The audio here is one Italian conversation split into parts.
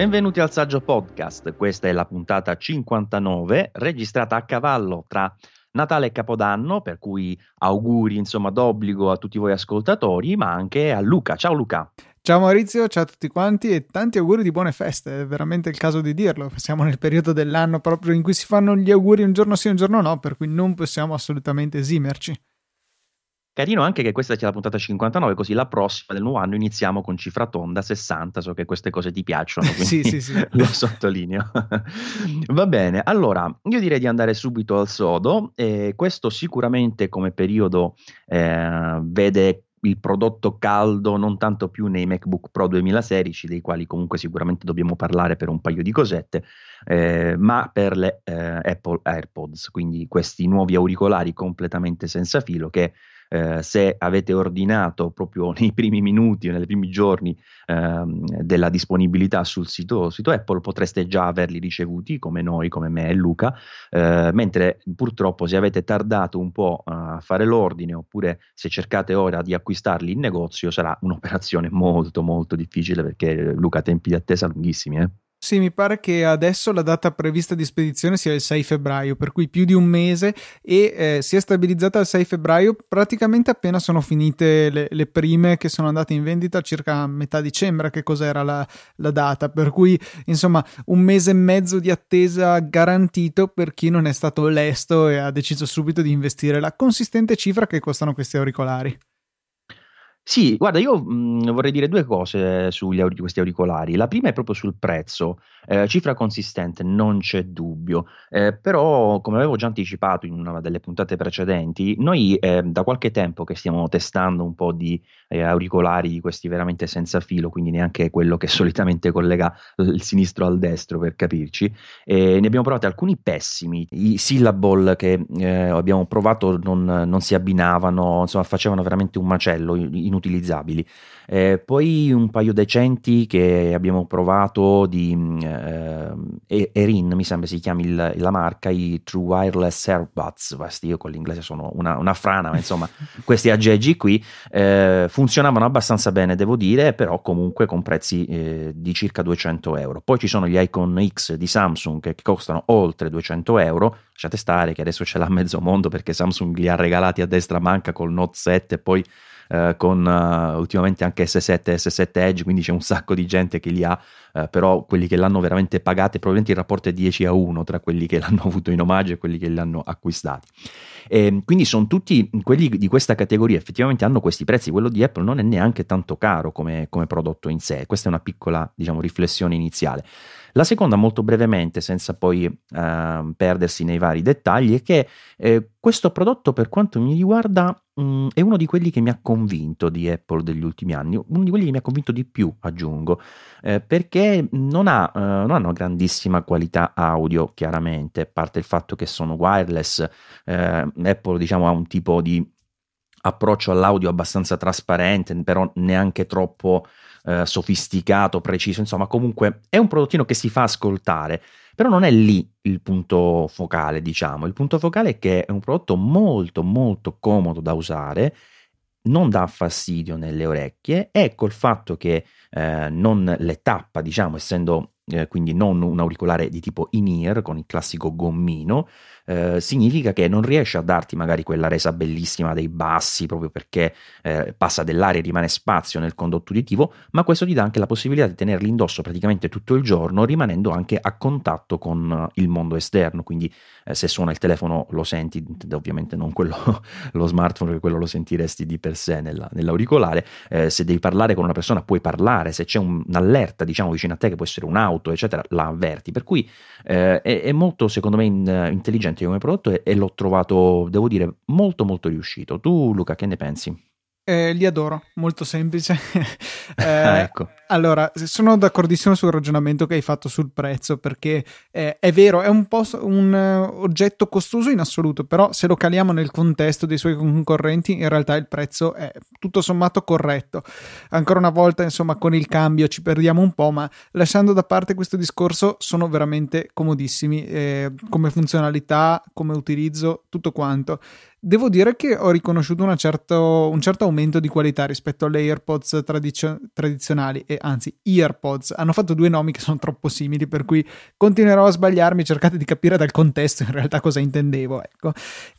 Benvenuti al Saggio Podcast, questa è la puntata 59, registrata a cavallo tra Natale e Capodanno, per cui auguri insomma d'obbligo a tutti voi ascoltatori, ma anche a Luca. Ciao Luca. Ciao Maurizio, ciao a tutti quanti e tanti auguri di buone feste, è veramente il caso di dirlo, siamo nel periodo dell'anno proprio in cui si fanno gli auguri un giorno sì un giorno no, per cui non possiamo assolutamente esimerci. Carino anche che questa sia la puntata 59, così la prossima del nuovo anno iniziamo con cifra tonda 60, so che queste cose ti piacciono, quindi sì. lo sottolineo. Va bene, allora io direi di andare subito al sodo, questo sicuramente come periodo vede il prodotto caldo non tanto più nei MacBook Pro 2016, dei quali comunque sicuramente dobbiamo parlare per un paio di cosette, ma per le Apple AirPods, quindi questi nuovi auricolari completamente senza filo che se avete ordinato proprio nei primi minuti o nei primi giorni della disponibilità sul sito Apple, potreste già averli ricevuti come noi, come me e Luca, mentre purtroppo se avete tardato un po' a fare l'ordine oppure se cercate ora di acquistarli in negozio sarà un'operazione molto molto difficile, perché Luca, tempi di attesa lunghissimi, eh? Sì, mi pare che adesso la data prevista di spedizione sia il 6 febbraio, per cui più di un mese e si è stabilizzata al 6 febbraio praticamente appena sono finite le prime che sono andate in vendita circa a metà dicembre, che cos'era la data, per cui insomma un mese e mezzo di attesa garantito per chi non è stato lesto e ha deciso subito di investire la consistente cifra che costano questi auricolari. Sì, guarda, io vorrei dire due cose sugli questi auricolari. La prima è proprio sul prezzo, cifra consistente, non c'è dubbio, però come avevo già anticipato in una delle puntate precedenti, noi da qualche tempo che stiamo testando un po' di auricolari di questi veramente senza filo, quindi neanche quello che solitamente collega il sinistro al destro, per capirci, ne abbiamo provati alcuni pessimi. I Syllable che abbiamo provato non si abbinavano, insomma facevano veramente un macello, inutilizzabili. Poi un paio decenti che abbiamo provato di Erin, mi sembra si chiami la marca, i True Wireless Earbuds. Io con l'inglese sono una frana, ma insomma questi aggeggi qui funzionavano abbastanza bene, devo dire, però comunque con prezzi di circa 200 euro. Poi ci sono gli Icon X di Samsung che costano oltre 200 euro. Lasciate stare che adesso ce l'ha mezzo mondo, perché Samsung li ha regalati a destra manca col Note 7 e poi con ultimamente anche S7 e S7 Edge, quindi c'è un sacco di gente che li ha, però quelli che l'hanno veramente pagate, probabilmente il rapporto è 10-1 tra quelli che l'hanno avuto in omaggio e quelli che li hanno acquistati. Quindi sono tutti quelli di questa categoria, effettivamente hanno questi prezzi. Quello di Apple non è neanche tanto caro come prodotto in sé. Questa è una piccola, diciamo, riflessione iniziale. La seconda, molto brevemente, senza poi perdersi nei vari dettagli, è che questo prodotto, per quanto mi riguarda, è uno di quelli che mi ha convinto di Apple degli ultimi anni, uno di quelli che mi ha convinto di più, aggiungo, perché non hanno grandissima qualità audio, chiaramente, a parte il fatto che sono wireless. Apple, diciamo, ha un tipo di approccio all'audio abbastanza trasparente, però neanche troppo sofisticato, preciso, insomma comunque è un prodottino che si fa ascoltare, però non è lì il punto focale, diciamo. Il punto focale è che è un prodotto molto molto comodo da usare, non dà fastidio nelle orecchie, e col fatto che non le tappa, diciamo, essendo quindi non un auricolare di tipo in-ear con il classico gommino, significa che non riesce a darti magari quella resa bellissima dei bassi, proprio perché passa dell'aria e rimane spazio nel condotto uditivo, ma questo ti dà anche la possibilità di tenerli indosso praticamente tutto il giorno, rimanendo anche a contatto con il mondo esterno. Quindi se suona il telefono lo senti, ovviamente non quello lo smartphone, perché quello lo sentiresti di per sé nell'auricolare. Se devi parlare con una persona puoi parlare, se c'è un'allerta, diciamo, vicino a te, che può essere un'auto eccetera, la avverti, per cui è molto, secondo me, intelligente come prodotto, e l'ho trovato, devo dire, molto molto riuscito. Tu Luca, che ne pensi? Li adoro, molto semplice. Ecco. Allora, sono d'accordissimo sul ragionamento che hai fatto sul prezzo, perché è vero, è un po' un oggetto costoso in assoluto, però se lo caliamo nel contesto dei suoi concorrenti, in realtà il prezzo è tutto sommato corretto. Ancora una volta, insomma, con il cambio ci perdiamo un po', ma lasciando da parte questo discorso, sono veramente comodissimi, come funzionalità, come utilizzo, tutto quanto. Devo dire che ho riconosciuto un certo aumento di qualità rispetto alle AirPods tradizionali, e anzi EarPods. Hanno fatto due nomi che sono troppo simili, per cui continuerò a sbagliarmi, cercate di capire dal contesto in realtà cosa intendevo, ecco.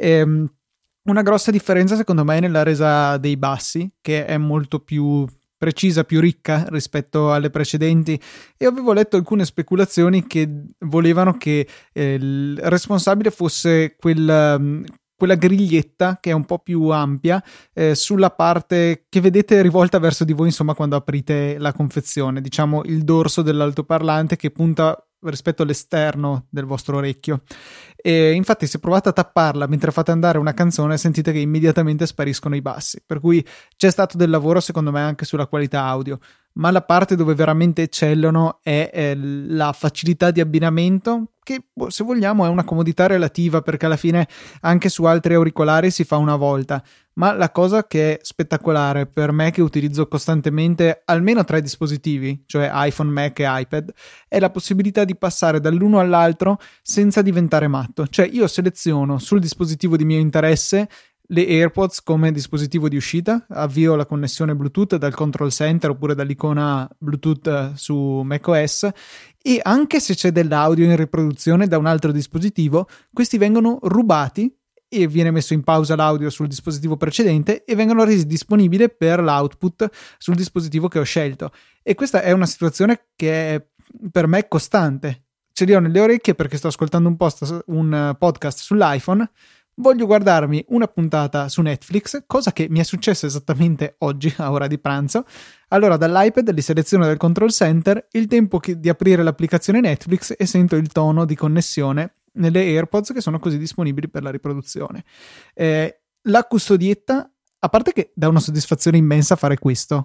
Una grossa differenza secondo me è nella resa dei bassi, che è molto più precisa, più ricca rispetto alle precedenti, e avevo letto alcune speculazioni che volevano che il responsabile fosse quella griglietta che è un po' più ampia sulla parte che vedete rivolta verso di voi, insomma, quando aprite la confezione, diciamo il dorso dell'altoparlante che punta rispetto all'esterno del vostro orecchio. E infatti se provate a tapparla mentre fate andare una canzone sentite che immediatamente spariscono i bassi, per cui c'è stato del lavoro secondo me anche sulla qualità audio, ma la parte dove veramente eccellono è la facilità di abbinamento, che se vogliamo è una comodità relativa, perché alla fine anche su altri auricolari si fa una volta, ma la cosa che è spettacolare per me, che utilizzo costantemente almeno 3 dispositivi, cioè iPhone, Mac e iPad, è la possibilità di passare dall'uno all'altro senza diventare matto. Cioè io seleziono sul dispositivo di mio interesse le AirPods come dispositivo di uscita, avvio la connessione Bluetooth dal control center oppure dall'icona Bluetooth su macOS, e anche se c'è dell'audio in riproduzione da un altro dispositivo, questi vengono rubati e viene messo in pausa l'audio sul dispositivo precedente e vengono resi disponibili per l'output sul dispositivo che ho scelto. E questa è una situazione che è per me costante. Ce li ho nelle orecchie perché sto ascoltando un podcast sull'iPhone, voglio guardarmi una puntata su Netflix, cosa che mi è successa esattamente oggi a ora di pranzo. Allora dall'iPad li seleziono dal control center, il tempo di aprire l'applicazione Netflix, e sento il tono di connessione nelle AirPods che sono così disponibili per la riproduzione. La custodietta, a parte che dà una soddisfazione immensa fare questo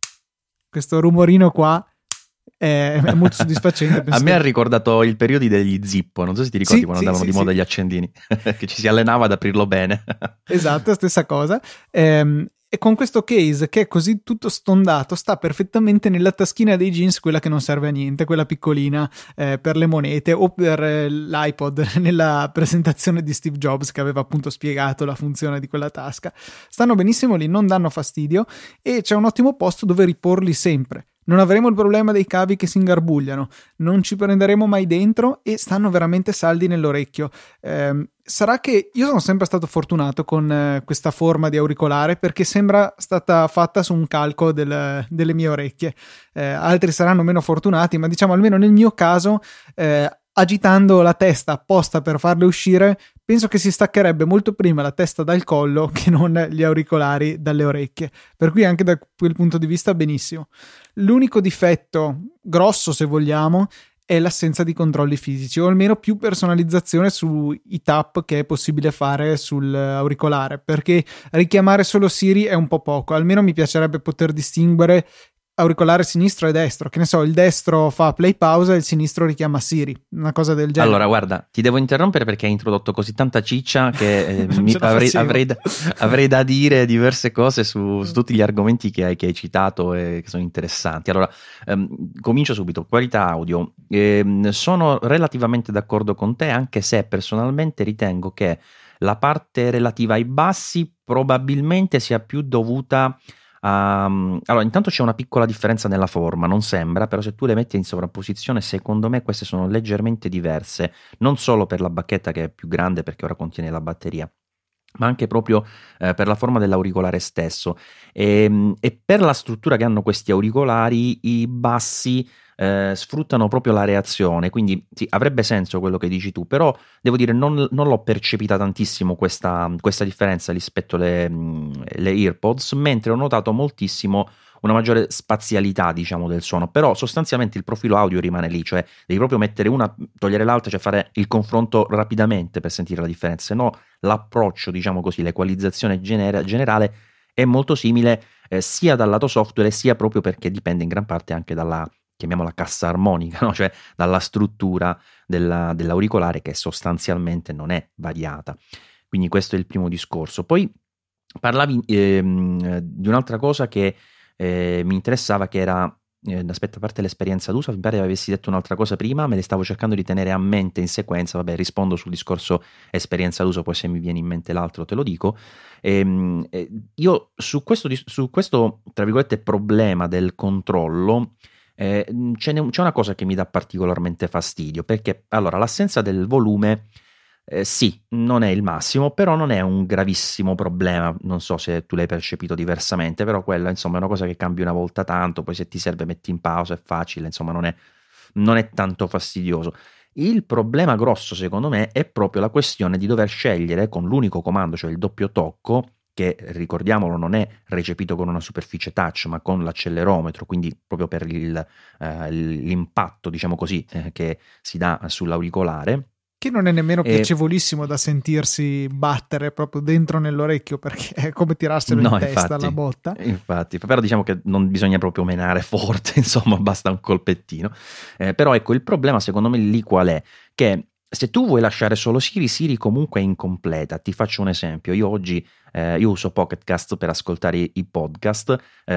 rumorino qua, è molto soddisfacente. A me ha ricordato il periodo degli Zippo, non so se ti ricordi, quando andavano di moda gli accendini, che ci si allenava ad aprirlo bene. Esatto, stessa cosa. E con questo case che è così tutto stondato, sta perfettamente nella taschina dei jeans, quella che non serve a niente, quella piccolina per le monete, o per l'iPod nella presentazione di Steve Jobs, che aveva appunto spiegato la funzione di quella tasca. Stanno benissimo lì, non danno fastidio, e c'è un ottimo posto dove riporli sempre. Non avremo il problema dei cavi che si ingarbugliano, non ci prenderemo mai dentro, e stanno veramente saldi nell'orecchio. Sarà che io sono sempre stato fortunato con questa forma di auricolare, perché sembra stata fatta su un calco delle mie orecchie. Altri saranno meno fortunati, ma diciamo almeno nel mio caso, agitando la testa apposta per farle uscire, penso che si staccherebbe molto prima la testa dal collo che non gli auricolari dalle orecchie, per cui anche da quel punto di vista benissimo. L'unico difetto grosso, se vogliamo, è l'assenza di controlli fisici, o almeno più personalizzazione sui tap che è possibile fare sull'auricolare, perché richiamare solo Siri è un po' poco. Almeno mi piacerebbe poter distinguere auricolare sinistro e destro, che ne so, il destro fa play pausa e il sinistro richiama Siri, una cosa del genere. Allora guarda, ti devo interrompere perché hai introdotto così tanta ciccia che avrei da dire diverse cose su tutti gli argomenti che hai citato e che sono interessanti. Allora comincio subito. Qualità audio, sono relativamente d'accordo con te, anche se personalmente ritengo che la parte relativa ai bassi probabilmente sia più dovuta allora, intanto c'è una piccola differenza nella forma, non sembra, però se tu le metti in sovrapposizione, secondo me queste sono leggermente diverse, non solo per la bacchetta che è più grande perché ora contiene la batteria, ma anche proprio per la forma dell'auricolare stesso, e per la struttura che hanno questi auricolari. I bassi sfruttano proprio la reazione, quindi sì, avrebbe senso quello che dici tu, però devo dire non l'ho percepita tantissimo questa differenza rispetto alle AirPods, mentre ho notato moltissimo una maggiore spazialità, diciamo, del suono, però sostanzialmente il profilo audio rimane lì, cioè devi proprio mettere una, togliere l'altra, cioè fare il confronto rapidamente per sentire la differenza, se no l'approccio, diciamo così, l'equalizzazione generale è molto simile, sia dal lato software sia proprio perché dipende in gran parte anche dalla, chiamiamola, cassa armonica, no? Cioè dalla struttura dell'auricolare, che sostanzialmente non è variata. Quindi questo è il primo discorso. Poi parlavi di un'altra cosa che mi interessava, che era aspetta, a parte l'esperienza d'uso, mi pare avessi detto un'altra cosa prima, me le stavo cercando di tenere a mente in sequenza, vabbè, rispondo sul discorso esperienza d'uso, poi se mi viene in mente l'altro te lo dico. Io su questo, tra virgolette, problema del controllo, c'è una cosa che mi dà particolarmente fastidio, perché allora l'assenza del volume sì, non è il massimo, però non è un gravissimo problema. Non so se tu l'hai percepito diversamente, però quella insomma è una cosa che cambia una volta tanto, poi se ti serve metti in pausa, è facile, insomma non è tanto fastidioso. Il problema grosso secondo me è proprio la questione di dover scegliere con l'unico comando, cioè il doppio tocco, che ricordiamolo non è recepito con una superficie touch ma con l'accelerometro, quindi proprio per l'impatto, diciamo così, che si dà sull'auricolare. Che non è nemmeno piacevolissimo da sentirsi battere proprio dentro nell'orecchio, perché è come tirarselo in testa la botta. Infatti, però diciamo che non bisogna proprio menare forte, insomma, basta un colpettino. Però ecco, il problema secondo me lì qual è? Che se tu vuoi lasciare solo Siri comunque è incompleta. Ti faccio un esempio. Io oggi io uso Pocket Cast per ascoltare i podcast.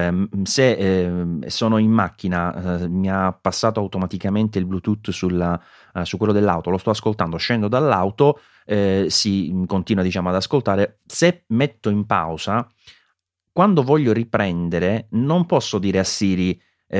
Se sono in macchina, mi ha passato automaticamente il Bluetooth su quello dell'auto, lo sto ascoltando, scendo dall'auto, si continua diciamo ad ascoltare. Se metto in pausa, quando voglio riprendere non posso dire a Siri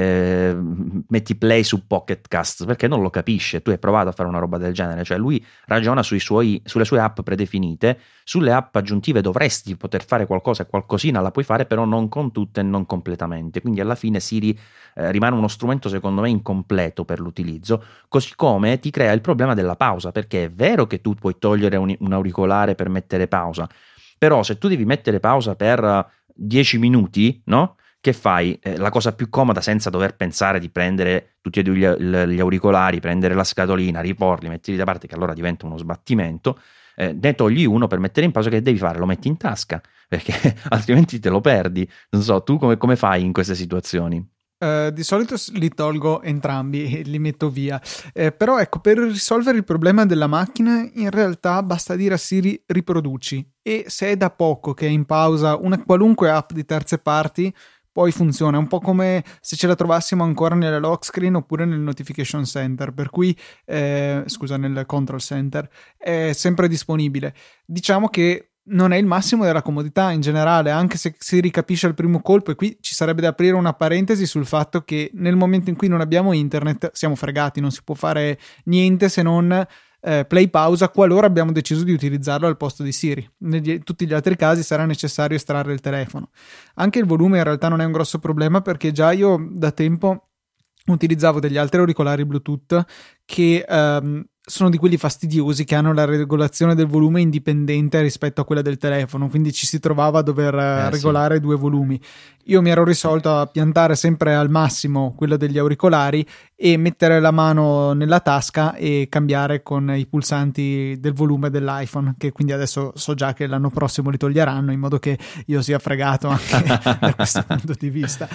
metti play su Pocket Cast, perché non lo capisce. Tu hai provato a fare una roba del genere, cioè lui ragiona sulle sue app predefinite. Sulle app aggiuntive dovresti poter fare qualcosina la puoi fare, però non con tutte e non completamente, quindi alla fine Siri rimane uno strumento secondo me incompleto per l'utilizzo, così come ti crea il problema della pausa, perché è vero che tu puoi togliere un auricolare per mettere pausa, però se tu devi mettere pausa per 10 minuti, no? Che fai? La cosa più comoda, senza dover pensare di prendere tutti e due gli auricolari, prendere la scatolina, riporli, metterli da parte, che allora diventa uno sbattimento, ne togli uno per mettere in pausa. Che devi fare? Lo metti in tasca, perché altrimenti te lo perdi. Non so, tu come fai in queste situazioni? Di solito li tolgo entrambi e li metto via, però ecco, per risolvere il problema della macchina in realtà basta dire a Siri riproduci, e se è da poco che è in pausa una qualunque app di terze parti, poi funziona, un po' come se ce la trovassimo ancora nella lock screen oppure nel notification center, per cui nel control center, è sempre disponibile. Diciamo che non è il massimo della comodità in generale, anche se si ricapisce al primo colpo, e qui ci sarebbe da aprire una parentesi sul fatto che nel momento in cui non abbiamo internet siamo fregati, non si può fare niente se non play pausa qualora abbiamo deciso di utilizzarlo al posto di Siri. Tutti gli altri casi sarà necessario estrarre il telefono. Anche il volume in realtà non è un grosso problema, perché già io da tempo utilizzavo degli altri auricolari Bluetooth che sono di quelli fastidiosi, che hanno la regolazione del volume indipendente rispetto a quella del telefono, quindi ci si trovava a dover regolare due volumi. Io mi ero risolto a piantare sempre al massimo quello degli auricolari e mettere la mano nella tasca e cambiare con i pulsanti del volume dell'iPhone, che quindi adesso so già che l'anno prossimo li toglieranno, in modo che io sia fregato anche da questo punto di vista.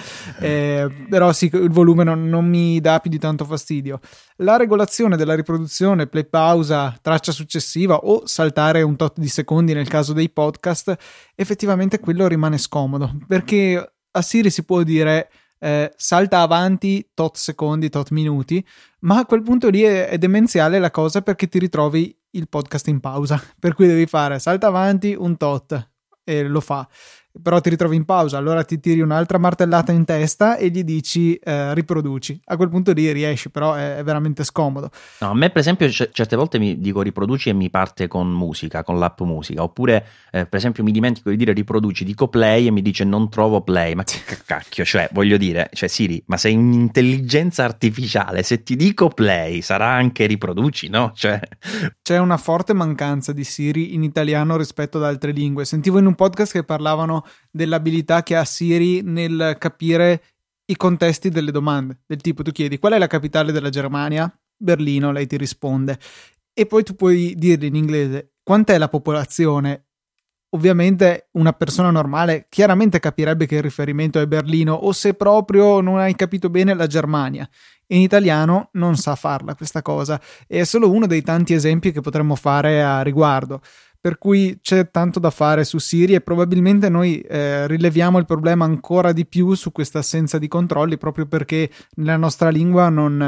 Però sì, il volume non mi dà più di tanto fastidio. La regolazione della riproduzione, play pausa, traccia successiva o saltare un tot di secondi nel caso dei podcast, effettivamente quello rimane scomodo, perché a Siri si può dire salta avanti tot secondi, tot minuti, ma a quel punto lì è demenziale la cosa, perché ti ritrovi il podcast in pausa, per cui devi fare salta avanti un tot e lo fa, però ti ritrovi in pausa, allora ti tiri un'altra martellata in testa e gli dici riproduci. A quel punto lì riesci, però è veramente scomodo. No, a me per esempio certe volte mi dico riproduci e mi parte con musica, con l'app musica, oppure per esempio mi dimentico di dire riproduci, dico play e mi dice non trovo play. Ma che cacchio, cioè voglio dire, cioè Siri, ma sei un'intelligenza artificiale, se ti dico play sarà anche riproduci, no? Cioè c'è una forte mancanza di Siri in italiano rispetto ad altre lingue. Sentivo in un podcast che parlavano dell'abilità che ha Siri nel capire i contesti delle domande, del tipo tu chiedi qual è la capitale della Germania? Berlino, lei ti risponde, e poi tu puoi dirgli in inglese quant'è la popolazione. Ovviamente una persona normale chiaramente capirebbe che il riferimento è Berlino, o se proprio non hai capito bene la Germania. In italiano non sa farla questa cosa, e è solo uno dei tanti esempi che potremmo fare a riguardo. per cui c'è tanto da fare su Siri e probabilmente noi rileviamo il problema ancora di più su questa assenza di controlli, proprio perché nella nostra lingua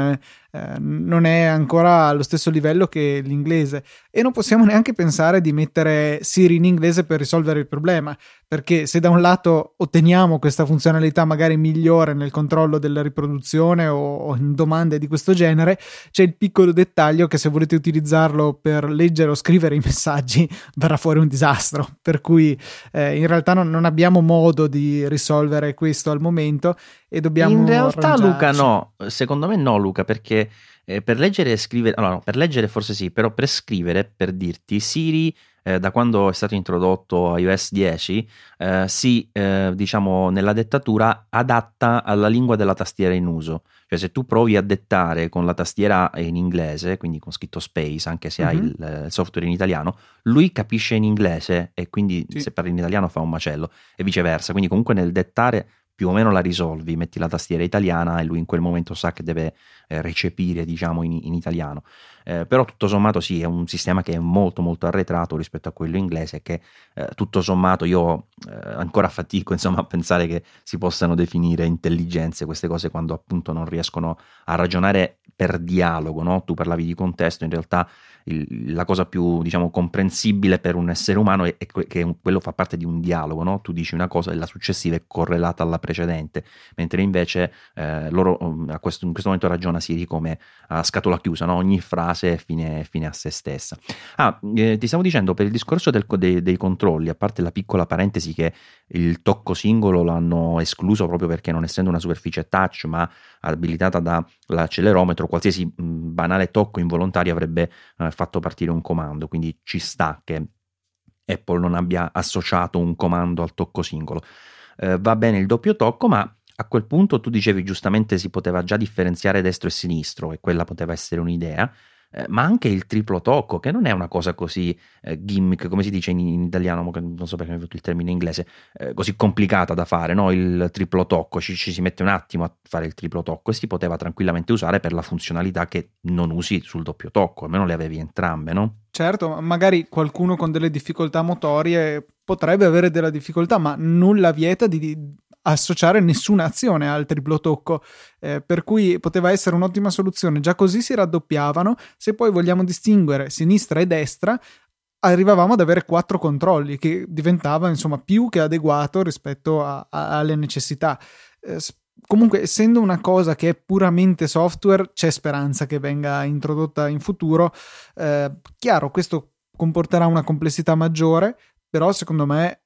non è ancora allo stesso livello che l'inglese, e non possiamo neanche pensare di mettere Siri in inglese per risolvere il problema, perché se da un lato otteniamo questa funzionalità magari migliore nel controllo della riproduzione o in domande di questo genere, c'è il piccolo dettaglio che se volete utilizzarlo per leggere o scrivere i messaggi verrà fuori un disastro, per cui in realtà non abbiamo modo di risolvere questo al momento e dobbiamo In realtà Luca arrangiarci. no, secondo me no Luca, perché per leggere e scrivere, allora, no, per leggere forse sì, però per scrivere, per dirti, Siri da quando è stato introdotto iOS 10 diciamo nella dettatura adatta alla lingua della tastiera in uso, cioè se tu provi a dettare con la tastiera in inglese, quindi con scritto space, anche se hai Mhm. il software in italiano, lui capisce in inglese e quindi Sì. se parli in italiano fa un macello e viceversa, quindi comunque nel dettare più o meno la risolvi, metti la tastiera italiana e lui in quel momento sa che deve recepire, diciamo, in italiano. Però tutto sommato sì, è un sistema che è molto molto arretrato rispetto a quello inglese, che tutto sommato io ancora fatico, insomma, a pensare che si possano definire intelligenze queste cose quando appunto non riescono a ragionare per dialogo, no? Tu parlavi di contesto, in realtà la cosa più, diciamo, comprensibile per un essere umano è che quello fa parte di un dialogo, no? Tu dici una cosa e la successiva è correlata alla precedente, mentre invece loro in questo momento ragiona Siri come a scatola chiusa, no? Ogni frase è fine a se stessa. Ti stavo dicendo per il discorso dei controlli, a parte la piccola parentesi che il tocco singolo l'hanno escluso proprio perché non essendo una superficie touch ma abilitata dall'accelerometro, qualsiasi banale tocco involontario avrebbe fatto partire un comando, quindi ci sta che Apple non abbia associato un comando al tocco singolo. Va bene il doppio tocco, ma a quel punto tu dicevi giustamente si poteva già differenziare destro e sinistro e quella poteva essere un'idea, ma anche il triplo tocco, che non è una cosa così gimmick, come si dice in italiano, non so perché mi è venuto il termine in inglese, così complicata da fare, no? Il triplo tocco, ci si mette un attimo a fare il triplo tocco e si poteva tranquillamente usare per la funzionalità che non usi sul doppio tocco, almeno le avevi entrambe, no? Certo, magari qualcuno con delle difficoltà motorie potrebbe avere della difficoltà, ma nulla vieta di associare nessuna azione al triplo tocco, per cui poteva essere un'ottima soluzione. Già così si raddoppiavano. Se poi vogliamo distinguere sinistra e destra, arrivavamo ad avere 4 controlli, che diventava insomma più che adeguato rispetto alle necessità. Comunque, essendo una cosa che è puramente software, c'è speranza che venga introdotta in futuro. Chiaro, questo comporterà una complessità maggiore, però secondo me,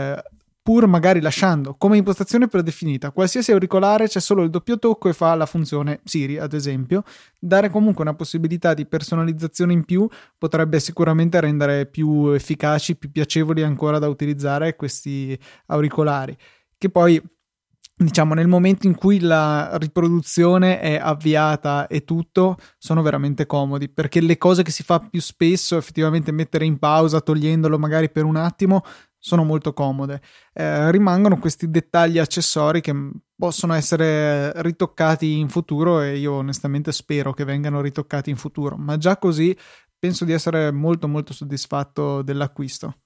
pur magari lasciando come impostazione predefinita qualsiasi auricolare c'è solo il doppio tocco e fa la funzione Siri, ad esempio, dare comunque una possibilità di personalizzazione in più potrebbe sicuramente rendere più efficaci, più piacevoli ancora da utilizzare questi auricolari, che poi, diciamo, nel momento in cui la riproduzione è avviata e tutto, sono veramente comodi, perché le cose che si fa più spesso, effettivamente mettere in pausa togliendolo magari per un attimo, sono molto comode. Rimangono questi dettagli accessori che possono essere ritoccati in futuro, e io onestamente spero che vengano ritoccati in futuro, ma già così penso di essere molto molto soddisfatto dell'acquisto.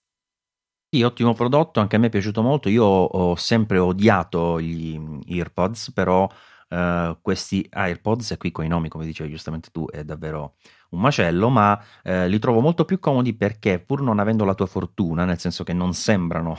Sì, ottimo prodotto, anche a me è piaciuto molto. Io ho sempre odiato gli AirPods, però questi AirPods, e qui con i nomi, come dicevi giustamente tu, è davvero un macello, ma li trovo molto più comodi perché, pur non avendo la tua fortuna, nel senso che non sembrano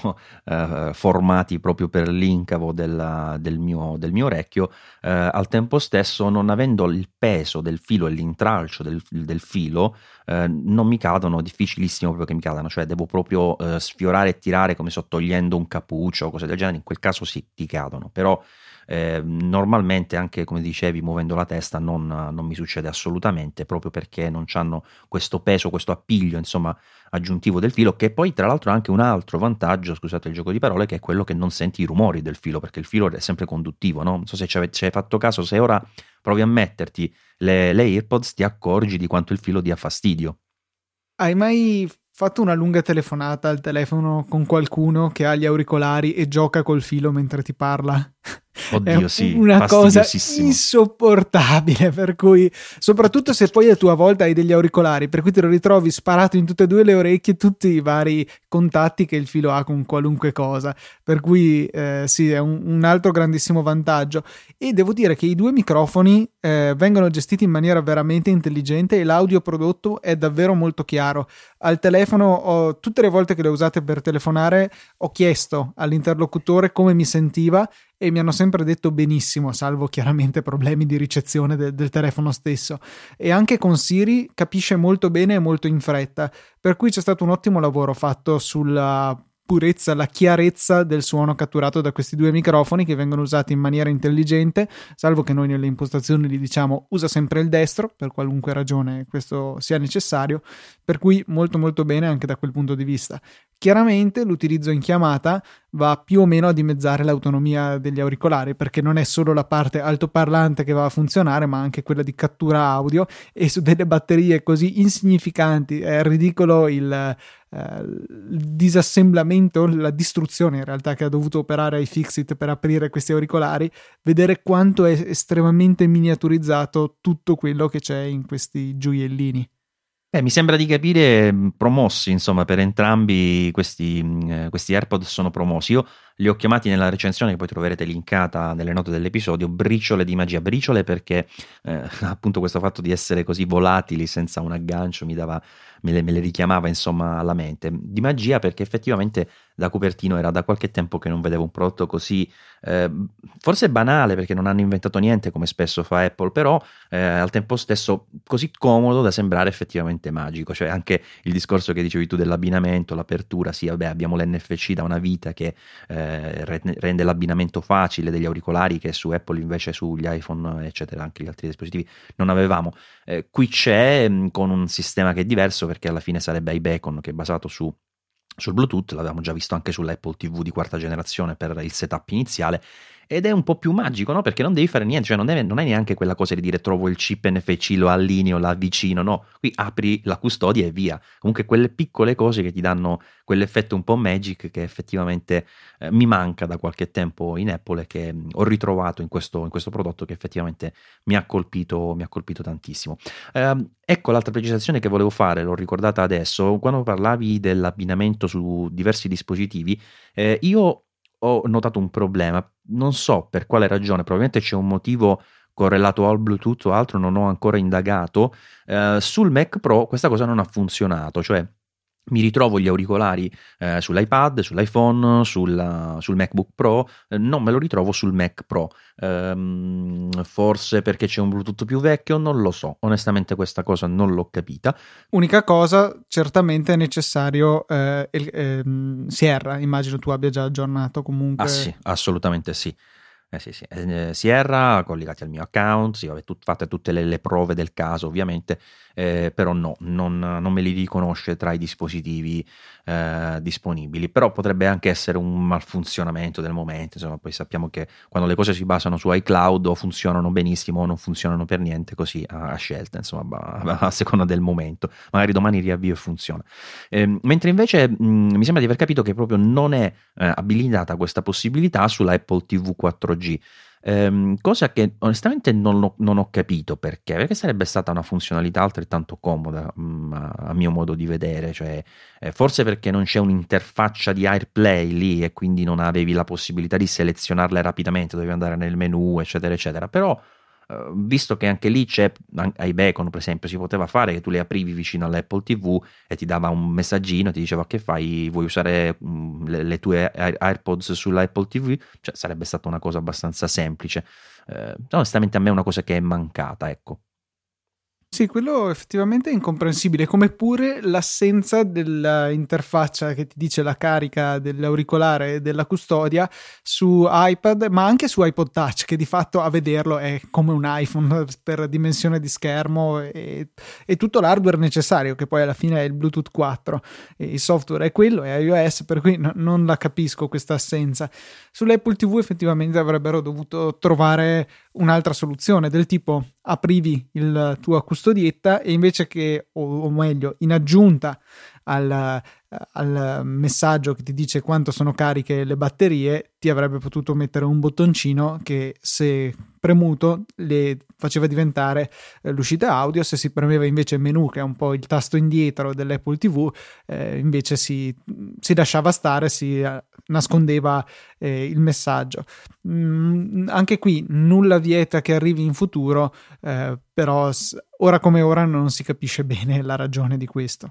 formati proprio per l'incavo del mio orecchio, al tempo stesso, non avendo il peso del filo e l'intralcio del filo, non mi cadono, difficilissimo proprio che mi cadano, cioè devo proprio sfiorare e tirare come so togliendo un cappuccio o cose del genere, in quel caso sì, ti cadono, però normalmente anche come dicevi muovendo la testa non mi succede assolutamente, proprio perché non hanno questo peso, questo appiglio insomma aggiuntivo del filo, che poi tra l'altro ha anche un altro vantaggio, scusate il gioco di parole, che è quello che non senti i rumori del filo, perché il filo è sempre conduttivo, no? Non so se ci hai fatto caso, se ora provi a metterti le AirPods ti accorgi di quanto il filo dia fastidio. Hai mai fatto una lunga telefonata al telefono con qualcuno che ha gli auricolari e gioca col filo mentre ti parla? Oddio, sì, una cosa fastidiosissimo. insopportabile, per cui soprattutto se poi a tua volta hai degli auricolari, per cui te lo ritrovi sparato in tutte e due le orecchie, tutti i vari contatti che il filo ha con qualunque cosa, per cui sì, è un altro grandissimo vantaggio. E devo dire che i due microfoni vengono gestiti in maniera veramente intelligente e l'audio prodotto è davvero molto chiaro. Al telefono, tutte le volte che le ho usate per telefonare, ho chiesto all'interlocutore come mi sentiva e mi hanno sempre detto benissimo, salvo chiaramente problemi di ricezione del telefono stesso. E anche con Siri capisce molto bene e molto in fretta, per cui c'è stato un ottimo lavoro fatto sulla purezza, la chiarezza del suono catturato da questi due microfoni che vengono usati in maniera intelligente, salvo che noi nelle impostazioni gli diciamo usa sempre il destro per qualunque ragione questo sia necessario, per cui molto molto bene anche da quel punto di vista. Chiaramente l'utilizzo in chiamata va più o meno a dimezzare l'autonomia degli auricolari, perché non è solo la parte altoparlante che va a funzionare, ma anche quella di cattura audio, e su delle batterie così insignificanti è ridicolo il disassemblamento, la distruzione in realtà che ha dovuto operare iFixit per aprire questi auricolari, vedere quanto è estremamente miniaturizzato tutto quello che c'è in questi gioiellini. Mi sembra di capire promossi, insomma, per entrambi questi AirPods sono promossi. Io li ho chiamati nella recensione che poi troverete linkata nelle note dell'episodio, briciole di magia, briciole perché appunto questo fatto di essere così volatili senza un aggancio me le richiamava insomma alla mente. Di magia perché effettivamente da Cupertino era da qualche tempo che non vedevo un prodotto così forse banale, perché non hanno inventato niente come spesso fa Apple, però al tempo stesso così comodo da sembrare effettivamente magico. Cioè anche il discorso che dicevi tu dell'abbinamento, l'apertura, sì vabbè, abbiamo l'NFC da una vita che rende l'abbinamento facile degli auricolari, che su Apple invece sugli iPhone eccetera, anche gli altri dispositivi non avevamo. Qui c'è con un sistema che è diverso, perché alla fine sarebbe iBeacon, che è basato sul Bluetooth, l'avevamo già visto anche sull'Apple TV di quarta generazione per il setup iniziale, ed è un po' più magico, no? Perché non devi fare niente, cioè non hai neanche quella cosa di dire trovo il chip NFC, lo allineo, lo avvicino, no? Qui apri la custodia e via. Comunque quelle piccole cose che ti danno quell'effetto un po' magic che effettivamente mi manca da qualche tempo in Apple e che ho ritrovato in questo prodotto, che effettivamente mi ha colpito tantissimo. Ecco l'altra precisazione che volevo fare, l'ho ricordata adesso, quando parlavi dell'abbinamento su diversi dispositivi, io ho notato un problema, non so per quale ragione, probabilmente c'è un motivo correlato al Bluetooth o altro, non ho ancora indagato. Sul Mac Pro questa cosa non ha funzionato, cioè mi ritrovo gli auricolari sull'iPad, sull'iPhone, sul MacBook Pro, non me lo ritrovo sul Mac Pro. Forse perché c'è un Bluetooth più vecchio, non lo so, onestamente questa cosa non l'ho capita. Unica cosa, certamente è necessario Sierra, immagino tu abbia già aggiornato comunque. Ah sì, assolutamente sì. Sì. Sierra collegati al mio account, sì, vabbè, fatte tutte le prove del caso ovviamente, però no, non me li riconosce tra i dispositivi disponibili, però potrebbe anche essere un malfunzionamento del momento, insomma, poi sappiamo che quando le cose si basano su iCloud o funzionano benissimo o non funzionano per niente, così a scelta, insomma, a seconda del momento, magari domani riavvio e funziona. Mentre invece mi sembra di aver capito che proprio non è abilitata questa possibilità sulla Apple TV 4G. Cosa che onestamente non ho capito perché sarebbe stata una funzionalità altrettanto comoda a mio modo di vedere, cioè forse perché non c'è un'interfaccia di AirPlay lì e quindi non avevi la possibilità di selezionarle rapidamente, dovevi andare nel menu eccetera eccetera, però visto che anche lì c'è iBeacon per esempio, si poteva fare che tu le aprivi vicino all'Apple TV e ti dava un messaggino, ti diceva che fai, vuoi usare le tue AirPods sull'Apple TV, cioè sarebbe stata una cosa abbastanza semplice. Onestamente a me è una cosa che è mancata, ecco. Sì, quello effettivamente è incomprensibile, come pure l'assenza dell'interfaccia che ti dice la carica dell'auricolare e della custodia su iPad, ma anche su iPod Touch, che di fatto a vederlo è come un iPhone per dimensione di schermo e tutto l'hardware necessario, che poi alla fine è il Bluetooth 4. E il software è quello, è iOS, per cui non la capisco questa assenza. Sull'Apple TV effettivamente avrebbero dovuto trovare un'altra soluzione, del tipo aprivi la tua custodietta e invece che, o meglio, in aggiunta al messaggio che ti dice quanto sono cariche le batterie, ti avrebbe potuto mettere un bottoncino che, se premuto, le faceva diventare l'uscita audio. Se si premeva invece il menu, che è un po' il tasto indietro dell'Apple TV, invece si lasciava stare, si nascondeva il messaggio. Anche qui nulla vieta che arrivi in futuro, però ora come ora non si capisce bene la ragione di questo.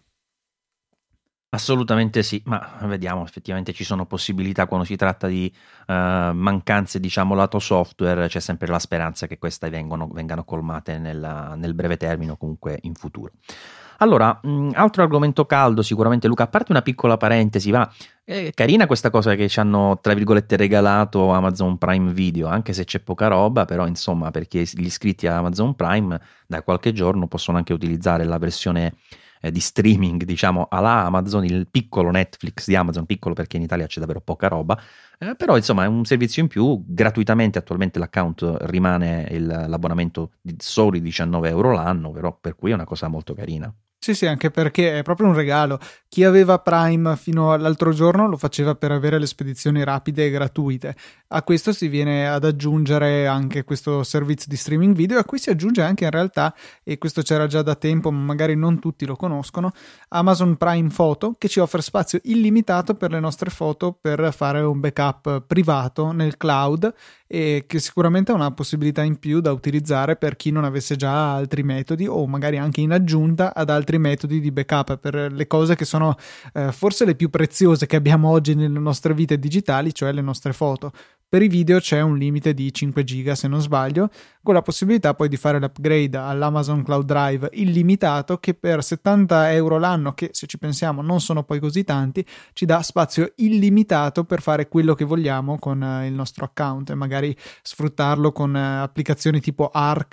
Assolutamente sì, ma vediamo, effettivamente ci sono possibilità quando si tratta di mancanze, diciamo, lato software. C'è sempre la speranza che queste vengano colmate nel breve termine o comunque in futuro. Allora, altro argomento caldo sicuramente, Luca, a parte una piccola parentesi, carina questa cosa che ci hanno, tra virgolette, regalato Amazon Prime Video, anche se c'è poca roba, però insomma, perché gli iscritti a Amazon Prime da qualche giorno possono anche utilizzare la versione di streaming, diciamo, alla Amazon, il piccolo Netflix di Amazon, piccolo perché in Italia c'è davvero poca roba, però insomma è un servizio in più, gratuitamente. Attualmente l'account rimane l'abbonamento di soli 19 euro l'anno, però per cui è una cosa molto carina. Sì, anche perché è proprio un regalo. Chi aveva Prime fino all'altro giorno lo faceva per avere le spedizioni rapide e gratuite. A questo si viene ad aggiungere anche questo servizio di streaming video, a cui si aggiunge anche in realtà, e questo c'era già da tempo ma magari non tutti lo conoscono, Amazon Prime Photo, che ci offre spazio illimitato per le nostre foto per fare un backup privato nel cloud, e che sicuramente è una possibilità in più da utilizzare per chi non avesse già altri metodi, o magari anche in aggiunta ad altri metodi di backup per le cose che sono forse le più preziose che abbiamo oggi nelle nostre vite digitali, cioè le nostre foto. Per i video c'è un limite di 5 giga se non sbaglio, con la possibilità poi di fare l'upgrade all'Amazon Cloud Drive illimitato, che per 70 euro l'anno, che se ci pensiamo non sono poi così tanti, ci dà spazio illimitato per fare quello che vogliamo con il nostro account, e magari sfruttarlo con applicazioni tipo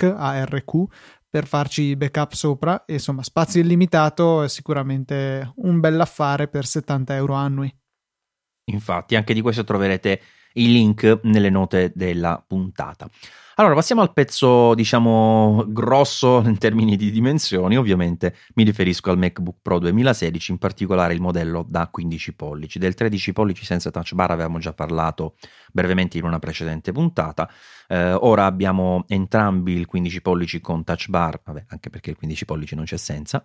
ARQ per farci backup sopra. E insomma, spazio illimitato è sicuramente un bell'affare per 70 euro annui. Infatti, anche di questo troverete i link nelle note della puntata. Allora, passiamo al pezzo, diciamo, grosso in termini di dimensioni. Ovviamente mi riferisco al MacBook Pro 2016, in particolare il modello da 15 pollici. Del 13 pollici senza touch bar avevamo già parlato brevemente in una precedente puntata. Ora abbiamo entrambi il 15 pollici con touch bar, anche perché il 15 pollici non c'è senza,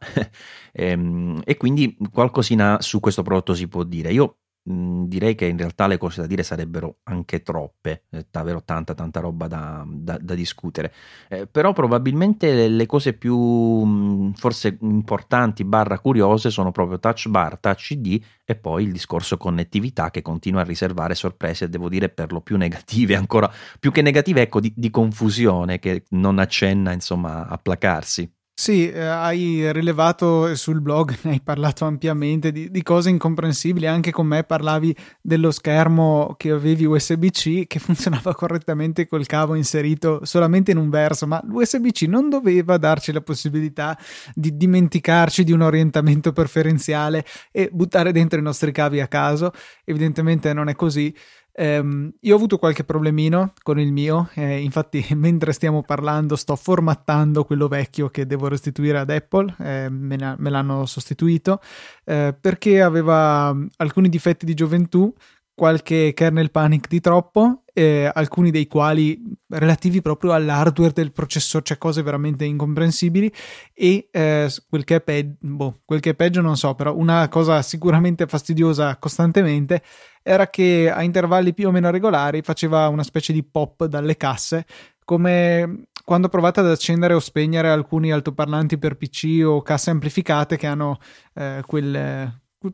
e quindi qualcosina su questo prodotto si può dire. Io direi che in realtà le cose da dire sarebbero anche troppe, davvero tanta roba da discutere, però probabilmente le cose più forse importanti / curiose sono proprio touch bar, touch ID e poi il discorso connettività, che continua a riservare sorprese, devo dire, per lo più negative, ancora più che negative, ecco, di confusione, che non accenna insomma a placarsi. Sì, hai rilevato sul blog, ne hai parlato ampiamente di cose incomprensibili. Anche con me parlavi dello schermo che avevi USB-C, che funzionava correttamente col cavo inserito solamente in un verso, ma l'USB-C non doveva darci la possibilità di dimenticarci di un orientamento preferenziale e buttare dentro i nostri cavi a caso. Evidentemente non è così. Io ho avuto qualche problemino con il mio, infatti mentre stiamo parlando sto formattando quello vecchio che devo restituire ad Apple, me l'hanno sostituito, perché aveva alcuni difetti di gioventù, qualche kernel panic di troppo, alcuni dei quali relativi proprio all'hardware del processore, cioè cose veramente incomprensibili, e quel che è peggio non so, però una cosa sicuramente fastidiosa costantemente era che a intervalli più o meno regolari faceva una specie di pop dalle casse, come quando provate ad accendere o spegnere alcuni altoparlanti per PC o casse amplificate che hanno quel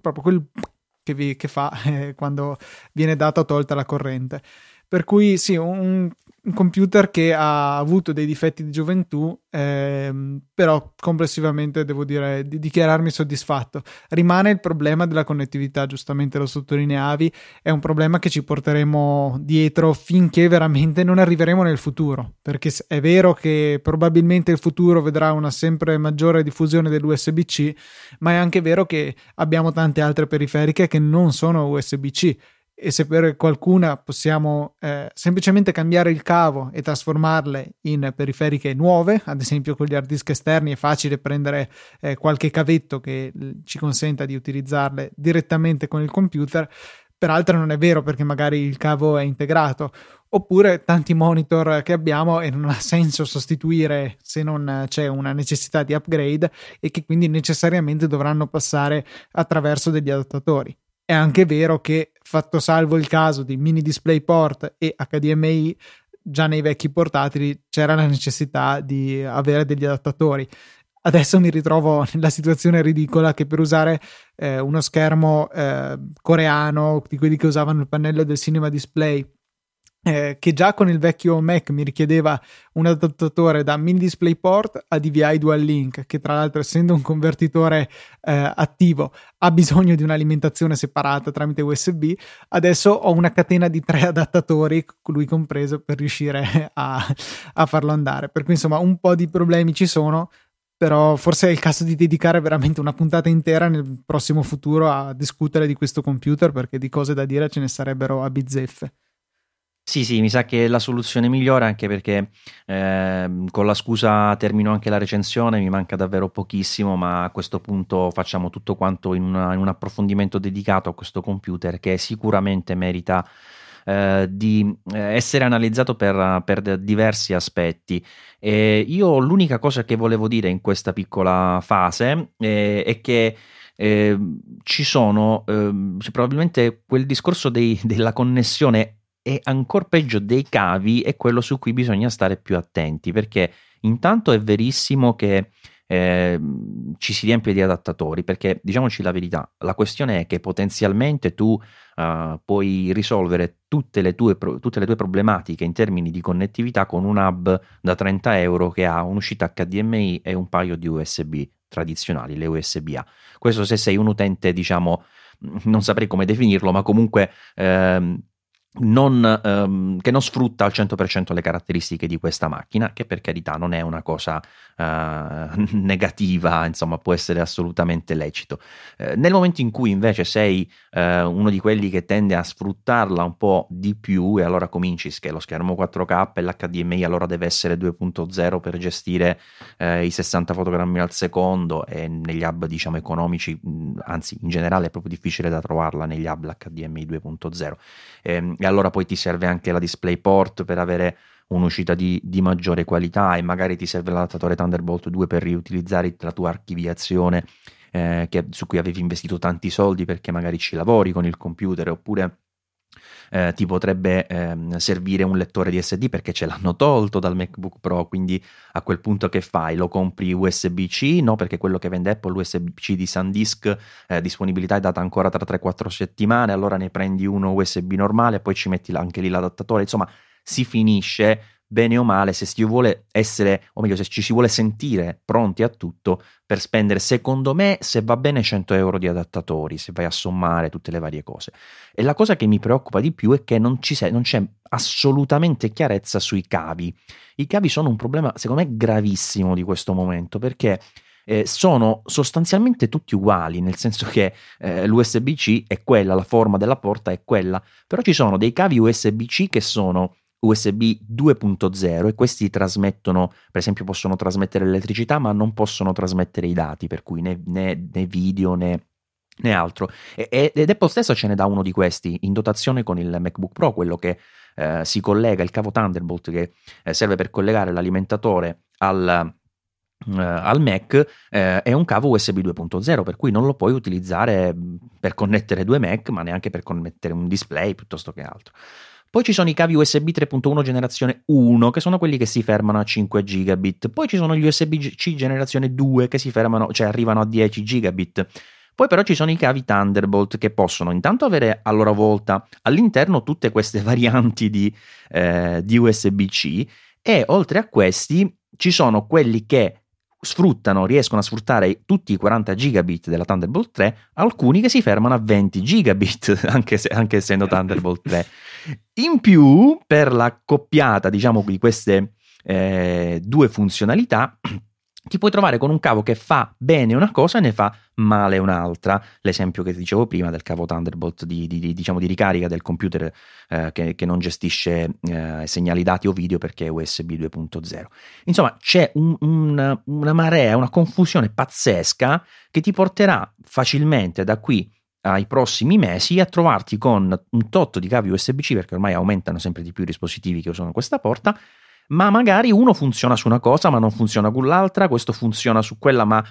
che fa quando viene data o tolta la corrente. Per cui sì, un computer che ha avuto dei difetti di gioventù, però complessivamente devo dire di dichiararmi soddisfatto. Rimane il problema della connettività, giustamente lo sottolineavi, è un problema che ci porteremo dietro finché veramente non arriveremo nel futuro, perché è vero che probabilmente il futuro vedrà una sempre maggiore diffusione dell'USB-C, ma è anche vero che abbiamo tante altre periferiche che non sono USB-C, e se per qualcuna possiamo semplicemente cambiare il cavo e trasformarle in periferiche nuove, ad esempio con gli hard disk esterni è facile prendere qualche cavetto che ci consenta di utilizzarle direttamente con il computer, per altre non è vero perché magari il cavo è integrato, oppure tanti monitor che abbiamo e non ha senso sostituire se non c'è una necessità di upgrade e che quindi necessariamente dovranno passare attraverso degli adattatori. È anche vero che, fatto salvo il caso di mini DisplayPort e HDMI, già nei vecchi portatili c'era la necessità di avere degli adattatori. Adesso mi ritrovo nella situazione ridicola che per usare uno schermo coreano, di quelli che usavano il pannello del Cinema Display, che già con il vecchio Mac mi richiedeva un adattatore da mini DisplayPort a DVI Dual Link, che tra l'altro, essendo un convertitore attivo, ha bisogno di un'alimentazione separata tramite USB. Adesso ho una catena di 3 adattatori, lui compreso, per riuscire a farlo andare. Per cui insomma un po' di problemi ci sono, però forse è il caso di dedicare veramente una puntata intera nel prossimo futuro a discutere di questo computer, perché di cose da dire ce ne sarebbero a bizzeffe. Sì, mi sa che è la soluzione migliore, anche perché con la scusa termino anche la recensione, mi manca davvero pochissimo, ma a questo punto facciamo tutto quanto in un approfondimento dedicato a questo computer che sicuramente merita di essere analizzato per diversi aspetti. Io l'unica cosa che volevo dire in questa piccola fase è che ci sono probabilmente quel discorso della connessione e ancora peggio dei cavi è quello su cui bisogna stare più attenti, perché intanto è verissimo che ci si riempie di adattatori, perché diciamoci la verità, la questione è che potenzialmente tu puoi risolvere tutte le tue problematiche in termini di connettività con un hub da 30 euro che ha un'uscita HDMI e un paio di USB tradizionali, le USB-A. Questo se sei un utente, diciamo, non saprei come definirlo, ma comunque che non sfrutta al 100% le caratteristiche di questa macchina, che per carità non è una cosa negativa, insomma può essere assolutamente lecito. Nel momento in cui invece sei uno di quelli che tende a sfruttarla un po' di più, e allora cominci che lo schermo 4K e l'HDMI allora deve essere 2.0 per gestire i 60 fotogrammi al secondo, e negli hub diciamo economici, anzi in generale è proprio difficile da trovarla negli hub l'HDMI 2.0, e allora poi ti serve anche la DisplayPort per avere un'uscita di maggiore qualità, e magari ti serve l'adattatore Thunderbolt 2 per riutilizzare la tua archiviazione su cui avevi investito tanti soldi perché magari ci lavori con il computer, oppure ti potrebbe servire un lettore di SD perché ce l'hanno tolto dal MacBook Pro, quindi a quel punto che fai? Lo compri USB-C? No, perché quello che vende Apple, l'USB-C di SanDisk, disponibilità è data ancora tra 3-4 settimane, allora ne prendi uno USB normale e poi ci metti anche lì l'adattatore. Insomma, si finisce bene o male, se si vuole essere, o meglio se ci si vuole sentire pronti a tutto, per spendere, secondo me, se va bene, 100 euro di adattatori, se vai a sommare tutte le varie cose. E la cosa che mi preoccupa di più è che non c'è assolutamente chiarezza sui cavi. I cavi sono un problema, secondo me, gravissimo di questo momento, perché sono sostanzialmente tutti uguali, nel senso che l'USB-C è quella, la forma della porta è quella, però ci sono dei cavi USB-C che sono USB 2.0 e questi trasmettono, per esempio possono trasmettere l'elettricità ma non possono trasmettere i dati, per cui né video né altro, ed Apple stesso ce ne dà uno di questi in dotazione con il MacBook Pro, quello che si collega, il cavo Thunderbolt che serve per collegare l'alimentatore al Mac, è un cavo USB 2.0, per cui non lo puoi utilizzare per connettere due Mac, ma neanche per connettere un display piuttosto che altro. Poi ci sono i cavi USB 3.1 generazione 1, che sono quelli che si fermano a 5 gigabit. Poi ci sono gli USB-C generazione 2 che si fermano, cioè arrivano a 10 gigabit. Poi però ci sono i cavi Thunderbolt che possono intanto avere a loro volta all'interno tutte queste varianti di USB-C, e oltre a questi ci sono quelli che riescono a sfruttare tutti i 40 gigabit della Thunderbolt 3, alcuni che si fermano a 20 gigabit, anche essendo Thunderbolt 3. In più, per la coppiata, diciamo, di queste due funzionalità, ti puoi trovare con un cavo che fa bene una cosa e ne fa male un'altra. L'esempio che ti dicevo prima del cavo Thunderbolt diciamo di ricarica del computer che non gestisce segnali dati o video perché è USB 2.0. Insomma, c'è una marea, una confusione pazzesca che ti porterà facilmente da qui ai prossimi mesi a trovarti con un tot di cavi USB-C, perché ormai aumentano sempre di più i dispositivi che usano questa porta, ma magari uno funziona su una cosa ma non funziona con l'altra, questo funziona su quella ma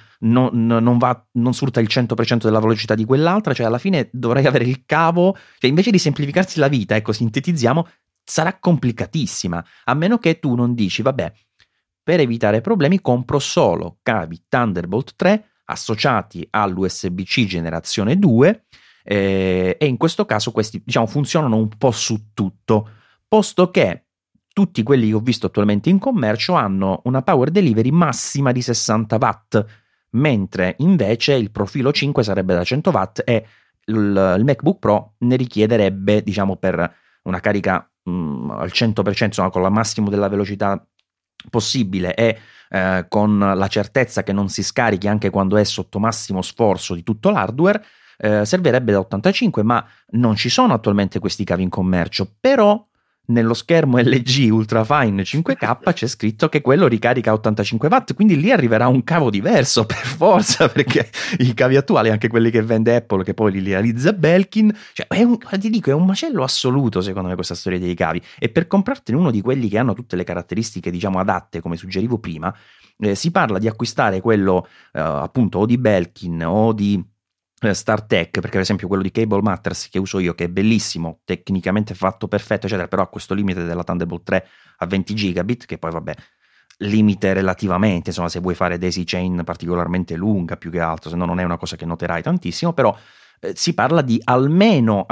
non sfrutta il 100% della velocità di quell'altra, cioè alla fine dovrai avere il cavo, cioè invece di semplificarsi la vita, ecco, sintetizziamo, sarà complicatissima, a meno che tu non dici, vabbè, per evitare problemi compro solo cavi Thunderbolt 3 associati all'USB-C generazione 2 e in questo caso questi, diciamo, funzionano un po' su tutto, posto che tutti quelli che ho visto attualmente in commercio hanno una power delivery massima di 60 watt, mentre invece il profilo 5 sarebbe da 100 watt e il MacBook Pro ne richiederebbe, diciamo, per una carica al 100%, insomma, con la massimo della velocità possibile e con la certezza che non si scarichi anche quando è sotto massimo sforzo di tutto l'hardware, servirebbe da 85, ma non ci sono attualmente questi cavi in commercio, però nello schermo LG Ultrafine 5K c'è scritto che quello ricarica a 85 watt, quindi lì arriverà un cavo diverso per forza, perché i cavi attuali, anche quelli che vende Apple, che poi li realizza Belkin, cioè ti dico, è un macello assoluto secondo me questa storia dei cavi, e per comprartene uno di quelli che hanno tutte le caratteristiche, diciamo, adatte, come suggerivo prima, si parla di acquistare quello appunto o di Belkin o di StarTech, perché per esempio quello di Cable Matters che uso io, che è bellissimo, tecnicamente fatto perfetto eccetera, però ha questo limite della Thunderbolt 3 a 20 gigabit, che poi vabbè, limite relativamente, insomma, se vuoi fare daisy chain particolarmente lunga più che altro, se no non è una cosa che noterai tantissimo, però si parla di almeno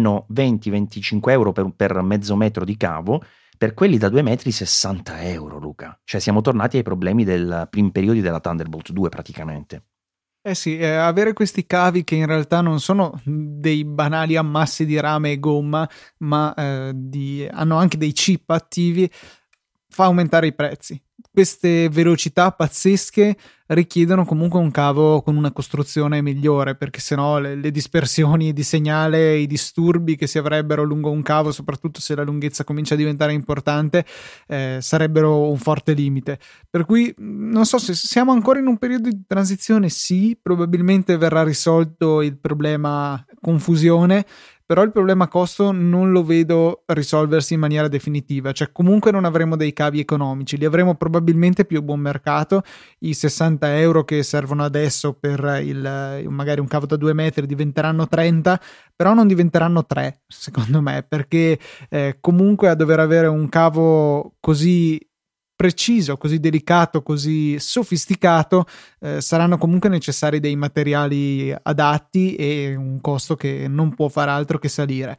20-25 euro per mezzo metro di cavo. Per quelli da 2 metri 60 euro, Luca, cioè siamo tornati ai problemi del primi periodi della Thunderbolt 2 praticamente. Eh sì, avere questi cavi che in realtà non sono dei banali ammassi di rame e gomma, ma hanno anche dei chip attivi, fa aumentare i prezzi. Queste velocità pazzesche richiedono comunque un cavo con una costruzione migliore, perché sennò le dispersioni di segnale, i disturbi che si avrebbero lungo un cavo, soprattutto se la lunghezza comincia a diventare importante, sarebbero un forte limite. Per cui non so se siamo ancora in un periodo di transizione. Sì, probabilmente verrà risolto il problema confusione, però il problema costo non lo vedo risolversi in maniera definitiva, cioè comunque non avremo dei cavi economici, li avremo probabilmente più a buon mercato, i 60 euro che servono adesso per magari un cavo da 2 metri diventeranno 30, però non diventeranno 3 secondo me, perché comunque a dover avere un cavo così preciso, così delicato, così sofisticato, saranno comunque necessari dei materiali adatti e un costo che non può far altro che salire.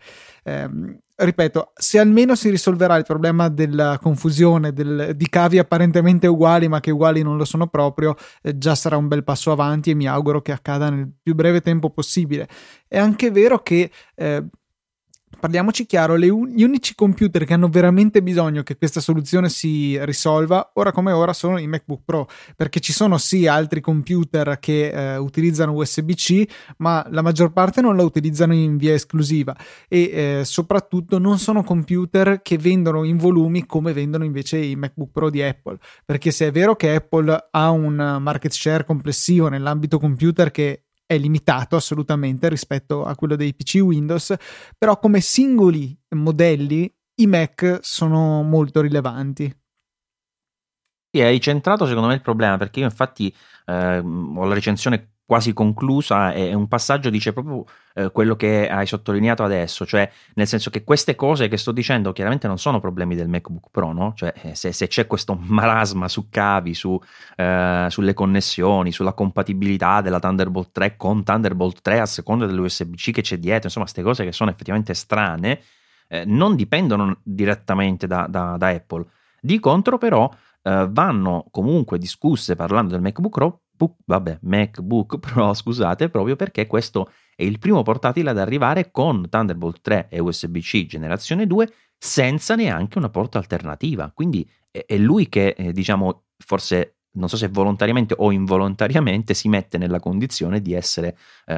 Ripeto, se almeno si risolverà il problema della confusione di cavi apparentemente uguali ma che uguali non lo sono proprio, già sarà un bel passo avanti e mi auguro che accada nel più breve tempo possibile. È anche vero che parliamoci chiaro, gli unici computer che hanno veramente bisogno che questa soluzione si risolva, ora come ora, sono i MacBook Pro, perché ci sono sì altri computer che utilizzano USB-C, ma la maggior parte non la utilizzano in via esclusiva e soprattutto non sono computer che vendono in volumi come vendono invece i MacBook Pro di Apple, perché se è vero che Apple ha un market share complessivo nell'ambito computer che è limitato assolutamente rispetto a quello dei PC Windows, però come singoli modelli i Mac sono molto rilevanti. Sì, hai centrato secondo me il problema, perché io infatti ho la recensione quasi conclusa e un passaggio dice proprio quello che hai sottolineato adesso, cioè nel senso che queste cose che sto dicendo chiaramente non sono problemi del MacBook Pro, no? Cioè se c'è questo marasma su cavi, sulle connessioni, sulla compatibilità della Thunderbolt 3 con Thunderbolt 3 a seconda dell'USB-C che c'è dietro, insomma queste cose che sono effettivamente strane, non dipendono direttamente da Apple. Di contro però vanno comunque discusse parlando del MacBook Pro, scusate, proprio perché questo è il primo portatile ad arrivare con Thunderbolt 3 e USB-C generazione 2 senza neanche una porta alternativa, quindi è lui che diciamo forse non so se volontariamente o involontariamente, si mette nella condizione di essere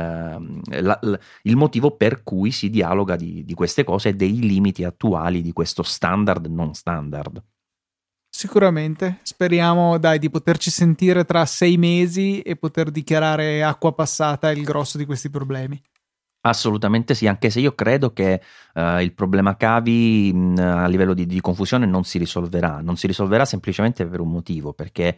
il motivo per cui si dialoga di queste cose e dei limiti attuali di questo standard non standard. Sicuramente, speriamo di poterci sentire tra 6 mesi e poter dichiarare acqua passata il grosso di questi problemi. Assolutamente sì, anche se io credo che il problema cavi a livello di confusione non si risolverà semplicemente per un motivo, perché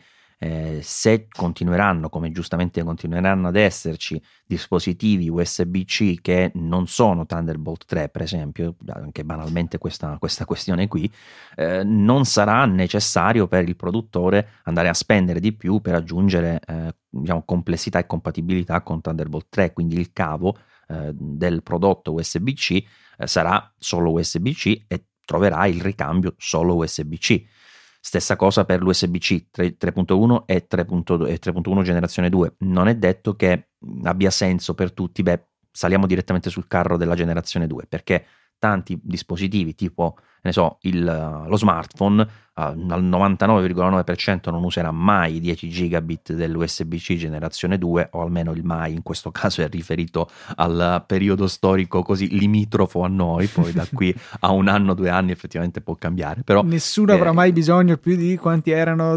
se continueranno, come giustamente continueranno ad esserci, dispositivi USB-C che non sono Thunderbolt 3, per esempio, anche banalmente questa questione qui, non sarà necessario per il produttore andare a spendere di più per aggiungere diciamo, complessità e compatibilità con Thunderbolt 3, quindi il cavo del prodotto USB-C sarà solo USB-C e troverà il ricambio solo USB-C. Stessa cosa per l'USB-C 3.1 e 3.1 generazione 2. Non è detto che abbia senso per tutti, saliamo direttamente sul carro della generazione 2, perché tanti dispositivi tipo, ne so, lo smartphone al 99,9% non userà mai 10 gigabit dell'USB-C generazione 2, o almeno il mai in questo caso è riferito al periodo storico così limitrofo a noi, poi da qui a 1 anno, 2 anni effettivamente può cambiare, però nessuno avrà mai bisogno più di quanti erano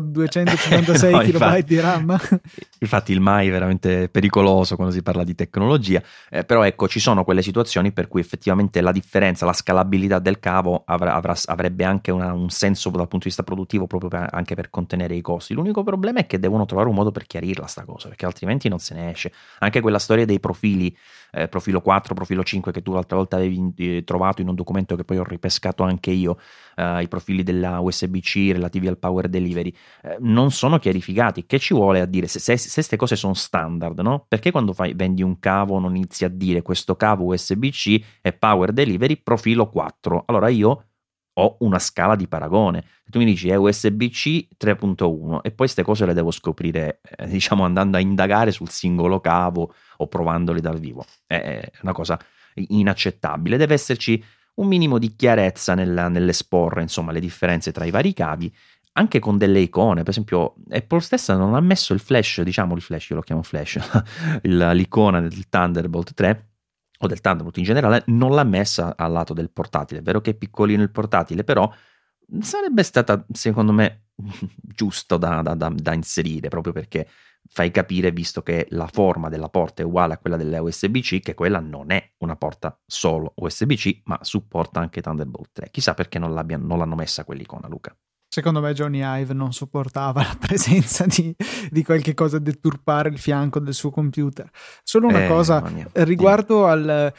256 no, KB di RAM. Infatti il mai è veramente pericoloso quando si parla di tecnologia, però ecco, ci sono quelle situazioni per cui effettivamente la differenza, la scalabilità del cavo avrebbe anche un senso dal punto di vista produttivo, proprio anche per contenere i costi. L'unico problema è che devono trovare un modo per chiarirla sta cosa, perché altrimenti non se ne esce. Anche quella storia dei profili, profilo 4, profilo 5, che tu l'altra volta avevi trovato in un documento che poi ho ripescato anche io, i profili della USB-C relativi al power delivery, non sono chiarificati. Che ci vuole a dire se queste cose sono standard, no? Perché quando vendi un cavo non inizi a dire questo cavo USB-C è power delivery profilo 4? Allora io ho una scala di paragone. Se tu mi dici è USB-C 3.1 e poi queste cose le devo scoprire diciamo andando a indagare sul singolo cavo o provandoli dal vivo, è una cosa inaccettabile. Deve esserci un minimo di chiarezza nell'esporre insomma le differenze tra i vari cavi, anche con delle icone. Per esempio Apple stessa non ha messo il flash, diciamo il flash, io lo chiamo flash l'icona del Thunderbolt 3 o del Thunderbolt in generale, non l'ha messa al lato del portatile. È vero che è piccolino il portatile, però sarebbe stata secondo me giusto da inserire, proprio perché fai capire, visto che la forma della porta è uguale a quella della USB-C, che quella non è una porta solo USB-C, ma supporta anche Thunderbolt 3. Chissà perché non l'hanno messa quell'icona, Luca. Secondo me Johnny Ive non sopportava la presenza di qualche cosa a deturpare il fianco del suo computer. Solo una cosa riguardo al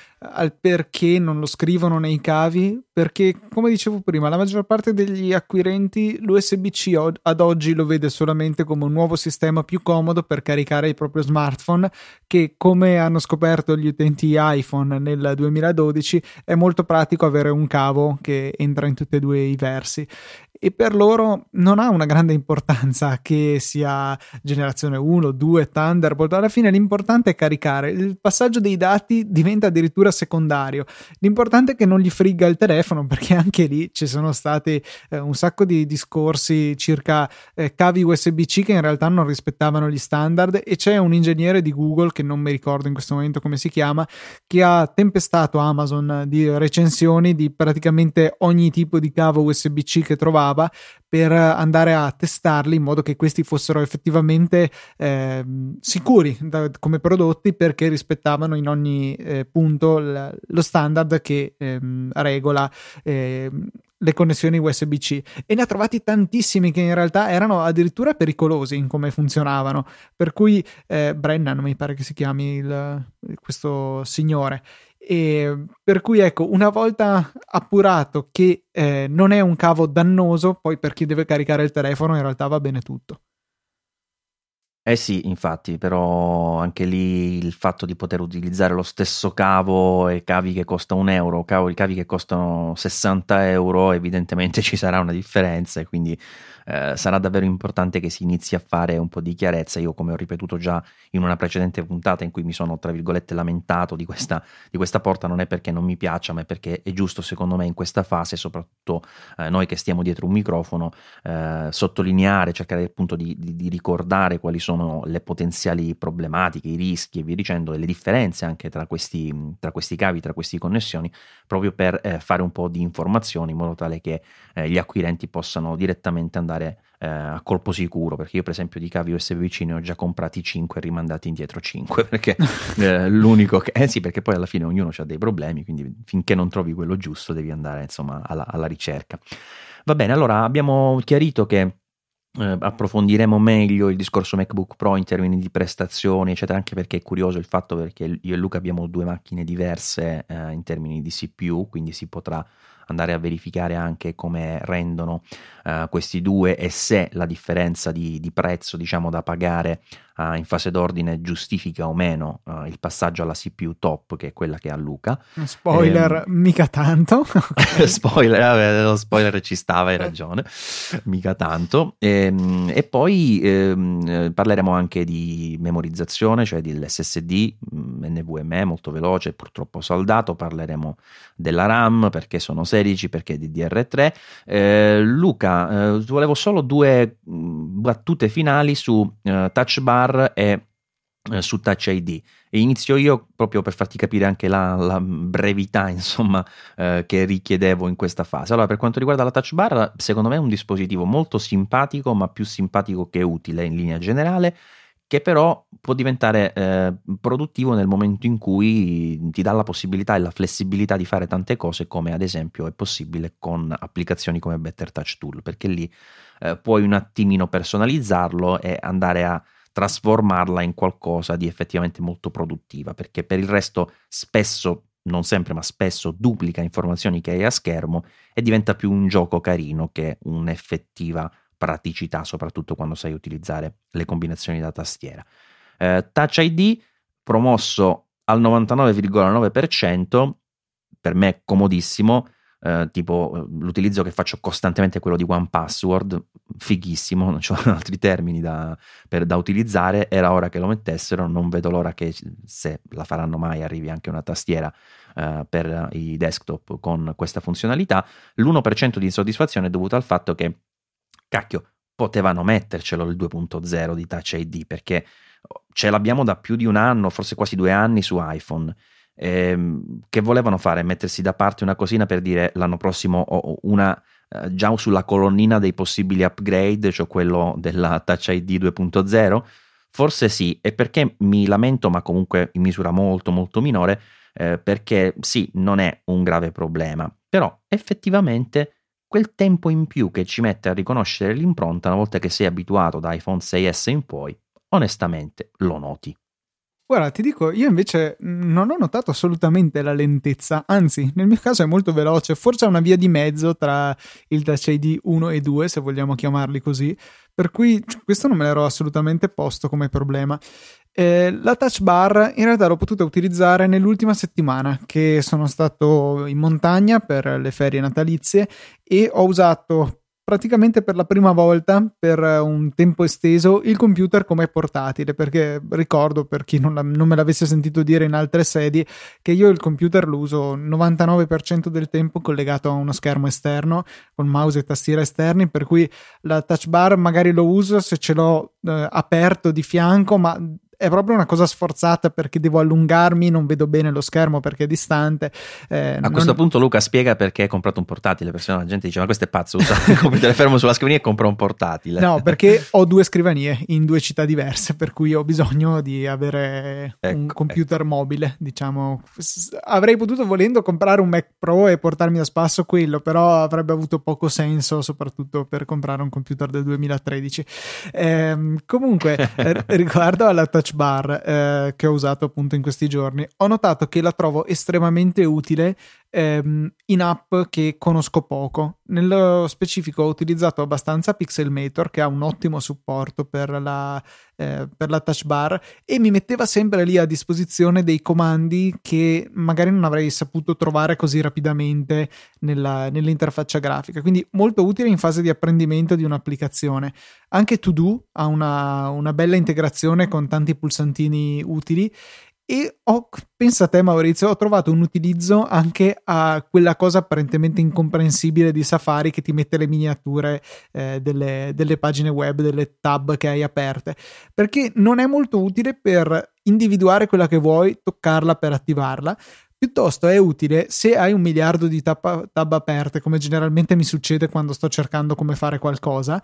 perché non lo scrivono nei cavi, perché come dicevo prima la maggior parte degli acquirenti l'USB-C ad oggi lo vede solamente come un nuovo sistema più comodo per caricare il proprio smartphone, che come hanno scoperto gli utenti iPhone nel 2012 è molto pratico avere un cavo che entra in tutti e due i versi. E per loro non ha una grande importanza che sia generazione 1, 2, Thunderbolt. Alla fine l'importante è caricare. Il passaggio dei dati diventa addirittura secondario. L'importante è che non gli frigga il telefono, perché anche lì ci sono stati un sacco di discorsi circa cavi USB-C che in realtà non rispettavano gli standard, e c'è un ingegnere di Google, che non mi ricordo in questo momento come si chiama, che ha tempestato Amazon di recensioni di praticamente ogni tipo di cavo USB-C che trovava, per andare a testarli in modo che questi fossero effettivamente sicuri come prodotti, perché rispettavano in ogni punto lo standard che regola le connessioni USB-C, e ne ha trovati tantissimi che in realtà erano addirittura pericolosi in come funzionavano, per cui Brennan mi pare che si chiami questo signore. E per cui ecco, una volta appurato che non è un cavo dannoso, poi per chi deve caricare il telefono in realtà va bene tutto. Eh sì, infatti, però anche lì il fatto di poter utilizzare lo stesso cavo e cavi che costano €1, cavi che costano €60, evidentemente ci sarà una differenza, e quindi sarà davvero importante che si inizi a fare un po' di chiarezza. Io, come ho ripetuto già in una precedente puntata in cui mi sono tra virgolette lamentato di questa porta, non è perché non mi piaccia, ma è perché è giusto secondo me in questa fase, soprattutto noi che stiamo dietro un microfono, sottolineare, cercare appunto di ricordare quali sono le potenziali problematiche, i rischi e via dicendo, e le differenze anche tra questi cavi, tra queste connessioni, proprio per fare un po' di informazioni in modo tale che gli acquirenti possano direttamente andare a colpo sicuro, perché io per esempio di cavi USB-C ne ho già comprati 5 e rimandati indietro 5 perché l'unico che sì, perché poi alla fine ognuno ha dei problemi, quindi finché non trovi quello giusto devi andare insomma alla ricerca. Va bene, allora abbiamo chiarito che approfondiremo meglio il discorso MacBook Pro in termini di prestazioni eccetera, anche perché è curioso il fatto perché io e Luca abbiamo due macchine diverse in termini di CPU, quindi si potrà andare a verificare anche come rendono questi due e se la differenza di prezzo diciamo da pagare in fase d'ordine giustifica o meno il passaggio alla CPU top, che è quella che ha Luca. Spoiler, mica tanto. Spoiler, vabbè, lo spoiler ci stava, hai ragione, mica tanto. E poi parleremo anche di memorizzazione, cioè dell'SSD NVMe molto veloce, purtroppo saldato. Parleremo della RAM perché sono 16, perché DDR3. Luca, volevo solo due battute finali su Touch Bar e su Touch ID, e inizio io proprio per farti capire anche la brevità insomma che richiedevo in questa fase. Allora, per quanto riguarda la Touch Bar, secondo me è un dispositivo molto simpatico, ma più simpatico che utile in linea generale, che però può diventare produttivo nel momento in cui ti dà la possibilità e la flessibilità di fare tante cose, come ad esempio è possibile con applicazioni come Better Touch Tool, perché lì puoi un attimino personalizzarlo e andare a trasformarla in qualcosa di effettivamente molto produttiva, perché per il resto spesso, non sempre ma spesso, duplica informazioni che hai a schermo e diventa più un gioco carino che un'effettiva praticità, soprattutto quando sai utilizzare le combinazioni da tastiera. Touch ID promosso al 99,9%, per me comodissimo. Tipo l'utilizzo che faccio costantemente è quello di OnePassword, fighissimo, non c'ho altri termini da utilizzare. Era ora che lo mettessero, non vedo l'ora che, se la faranno mai, arrivi anche una tastiera per i desktop con questa funzionalità. L'1% di insoddisfazione è dovuto al fatto che, cacchio, potevano mettercelo il 2.0 di Touch ID, perché ce l'abbiamo da più di un anno, forse quasi 2 anni su iPhone. Che volevano fare? Mettersi da parte una cosina per dire l'anno prossimo ho una già sulla colonnina dei possibili upgrade, cioè quello della Touch ID 2.0? Forse sì, e perché mi lamento, ma comunque in misura molto molto minore, perché sì, non è un grave problema, però effettivamente quel tempo in più che ci mette a riconoscere l'impronta, una volta che sei abituato da iPhone 6S in poi, onestamente lo noti. Guarda, ti dico, io invece non ho notato assolutamente la lentezza, anzi, nel mio caso è molto veloce, forse è una via di mezzo tra il Touch ID 1 e 2, se vogliamo chiamarli così, per cui questo non me l'ero assolutamente posto come problema. La Touch Bar in realtà l'ho potuta utilizzare nell'ultima settimana, che sono stato in montagna per le ferie natalizie e ho usato praticamente per la prima volta, per un tempo esteso, il computer come portatile, perché ricordo, per chi non me l'avesse sentito dire in altre sedi, che io il computer lo uso 99% del tempo collegato a uno schermo esterno, con mouse e tastiera esterni, per cui la touch bar magari lo uso se ce l'ho aperto di fianco, ma è proprio una cosa sforzata perché devo allungarmi, non vedo bene lo schermo perché è distante. A questo punto Luca spiega perché hai comprato un portatile, perché sennò la gente dice ma questo è pazzo, usa il computer fermo sulla scrivania e compra un portatile. No, perché ho 2 scrivanie in 2 città diverse, per cui ho bisogno di avere un computer mobile, diciamo. Avrei potuto, volendo, comprare un Mac Pro e portarmi a spasso quello, però avrebbe avuto poco senso, soprattutto per comprare un computer del 2013. Comunque, riguardo alla touch bar che ho usato appunto in questi giorni, ho notato che la trovo estremamente utile in app che conosco poco. Nello specifico ho utilizzato abbastanza Pixelmator, che ha un ottimo supporto per la touch bar, e mi metteva sempre lì a disposizione dei comandi che magari non avrei saputo trovare così rapidamente nell'interfaccia grafica, quindi molto utile in fase di apprendimento di un'applicazione. Anche To Do ha una bella integrazione con tanti pulsantini utili, e pensa a te Maurizio, ho trovato un utilizzo anche a quella cosa apparentemente incomprensibile di Safari che ti mette le miniature delle pagine web, delle tab che hai aperte, perché non è molto utile per individuare quella che vuoi, toccarla per attivarla. Piuttosto è utile se hai 1 miliardo di tab aperte, come generalmente mi succede quando sto cercando come fare qualcosa,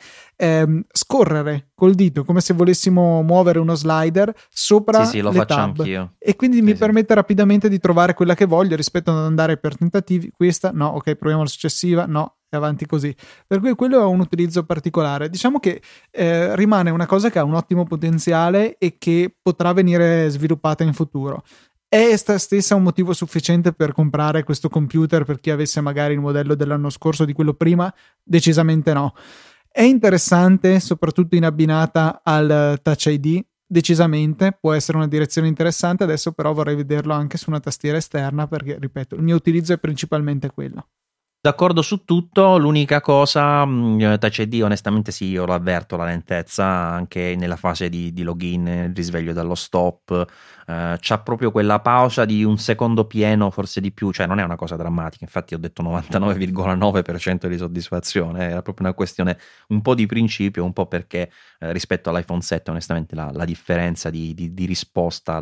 scorrere col dito come se volessimo muovere uno slider sopra Sì, lo le faccio tab, anch'io. e quindi mi permette rapidamente di trovare quella che voglio rispetto ad andare per tentativi. Questa no, ok, proviamo la successiva, no, e avanti così. Per cui quello è un utilizzo particolare. Diciamo che rimane una cosa che ha un ottimo potenziale e che potrà venire sviluppata in futuro. È stessa un motivo sufficiente per comprare questo computer per chi avesse magari il modello dell'anno scorso o di quello prima? Decisamente no. È interessante, soprattutto in abbinata al Touch ID? Decisamente, può essere una direzione interessante. Adesso però vorrei vederlo anche su una tastiera esterna, perché, ripeto, il mio utilizzo è principalmente quello. D'accordo su tutto, l'unica cosa, Touch ID onestamente sì, io lo avverto la lentezza anche nella fase di login, il risveglio dallo stop, c'ha proprio quella pausa di un secondo pieno, forse di più, cioè non è una cosa drammatica, infatti ho detto 99,9% di soddisfazione, era proprio una questione un po' di principio, un po' perché rispetto all'iPhone 7 onestamente la differenza di risposta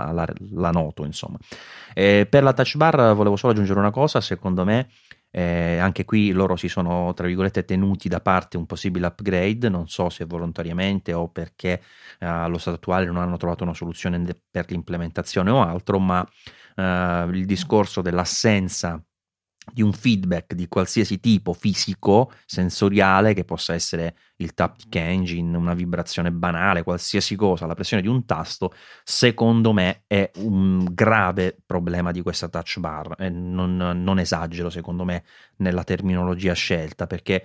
la noto, insomma. Per la touch bar volevo solo aggiungere una cosa, secondo me. Anche qui loro si sono tra virgolette tenuti da parte un possibile upgrade, non so se volontariamente o perché allo stato attuale non hanno trovato una soluzione per l'implementazione o altro, ma il discorso dell'assenza di un feedback di qualsiasi tipo fisico, sensoriale, che possa essere il Taptic Engine, una vibrazione banale, qualsiasi cosa, la pressione di un tasto, secondo me è un grave problema di questa touch bar, e non esagero secondo me nella terminologia scelta, perché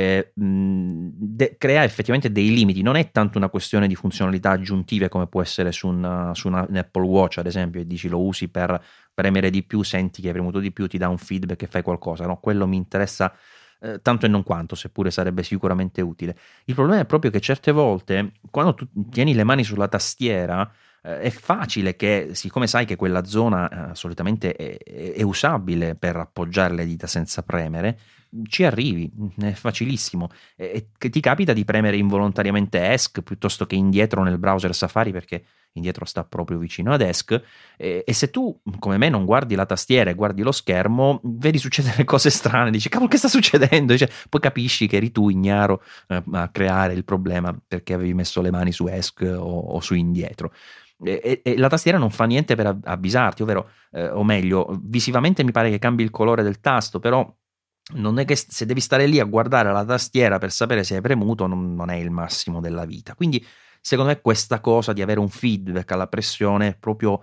crea effettivamente dei limiti. Non è tanto una questione di funzionalità aggiuntive come può essere su un Apple Watch ad esempio, e dici lo usi per premere di più, senti che hai premuto di più, ti dà un feedback e fai qualcosa, no? Quello mi interessa tanto e non quanto, seppure sarebbe sicuramente utile. Il problema è proprio che certe volte quando tu tieni le mani sulla tastiera è facile che, siccome sai che quella zona solitamente è usabile per appoggiare le dita senza premere, ci arrivi, è facilissimo, e che ti capita di premere involontariamente ESC piuttosto che indietro nel browser Safari, perché indietro sta proprio vicino ad ESC, e se tu come me non guardi la tastiera e guardi lo schermo, vedi succedere cose strane, dici cavolo che sta succedendo, cioè, poi capisci che eri tu ignaro a creare il problema perché avevi messo le mani su ESC o su indietro. E la tastiera non fa niente per avvisarti, ovvero o meglio, visivamente mi pare che cambi il colore del tasto, però non è che se devi stare lì a guardare la tastiera per sapere se hai premuto non è il massimo della vita. Quindi secondo me questa cosa di avere un feedback alla pressione è proprio,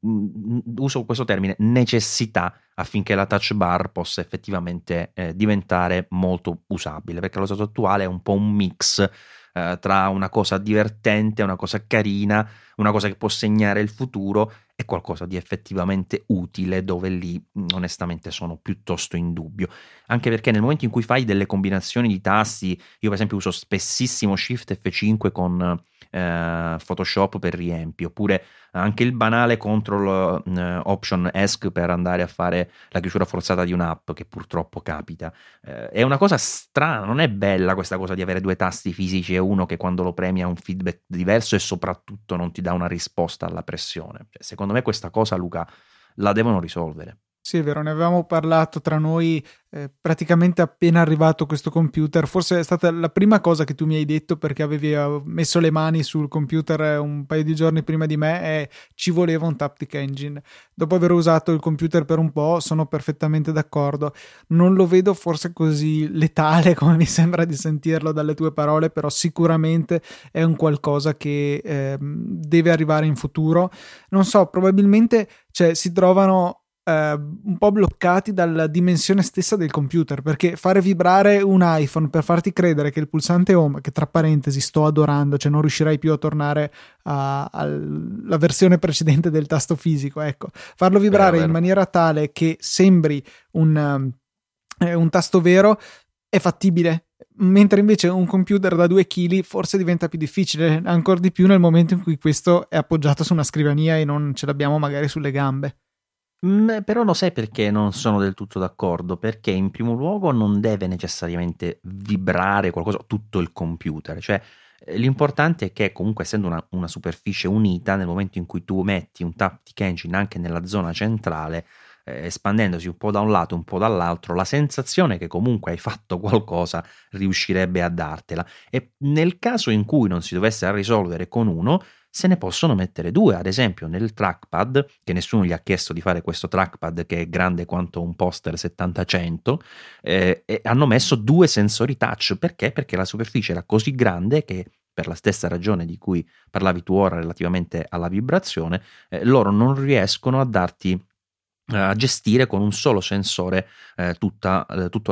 uso questo termine, necessità affinché la touch bar possa effettivamente diventare molto usabile, perché allo stato attuale è un po' un mix tra una cosa divertente, una cosa carina, una cosa che può segnare il futuro e qualcosa di effettivamente utile, dove lì onestamente sono piuttosto in dubbio, anche perché nel momento in cui fai delle combinazioni di tasti, io per esempio uso spessissimo Shift F5 con Photoshop per riempi, oppure anche il banale Control Option ESC per andare a fare la chiusura forzata di un'app, che purtroppo capita. È una cosa strana, non è bella questa cosa di avere due tasti fisici e uno che quando lo premi ha un feedback diverso e soprattutto non ti dà una risposta alla pressione. Cioè, secondo me questa cosa, Luca, la devono risolvere. Sì, è vero, ne avevamo parlato tra noi praticamente appena arrivato questo computer. Forse è stata la prima cosa che tu mi hai detto, perché avevi messo le mani sul computer un paio di giorni prima di me, e ci voleva un Taptic Engine. Dopo aver usato il computer per un po', sono perfettamente d'accordo. Non lo vedo forse così letale come mi sembra di sentirlo dalle tue parole, però sicuramente è un qualcosa che deve arrivare in futuro. Non so, probabilmente si trovano un po' bloccati dalla dimensione stessa del computer, perché fare vibrare un iPhone per farti credere che il pulsante home, che tra parentesi sto adorando, cioè non riuscirai più a tornare alla versione precedente del tasto fisico, ecco, farlo vibrare in maniera tale che sembri un tasto vero è fattibile, mentre invece un computer da 2 kg forse diventa più difficile, ancora di più nel momento in cui questo è appoggiato su una scrivania e non ce l'abbiamo magari sulle gambe. Però lo sai perché non sono del tutto d'accordo? Perché in primo luogo non deve necessariamente vibrare qualcosa, tutto il computer, cioè l'importante è che comunque essendo una superficie unita, nel momento in cui tu metti un Taptic Engine anche nella zona centrale, espandendosi un po' da un lato, un po' dall'altro, la sensazione che comunque hai fatto qualcosa riuscirebbe a dartela. E nel caso in cui non si dovesse risolvere con uno, se ne possono mettere 2, ad esempio nel trackpad, che nessuno gli ha chiesto di fare questo trackpad che è grande quanto un poster 70-100, hanno messo 2 sensori touch. Perché? Perché la superficie era così grande che, per la stessa ragione di cui parlavi tu ora relativamente alla vibrazione, loro non riescono a darti a gestire con un solo sensore tutto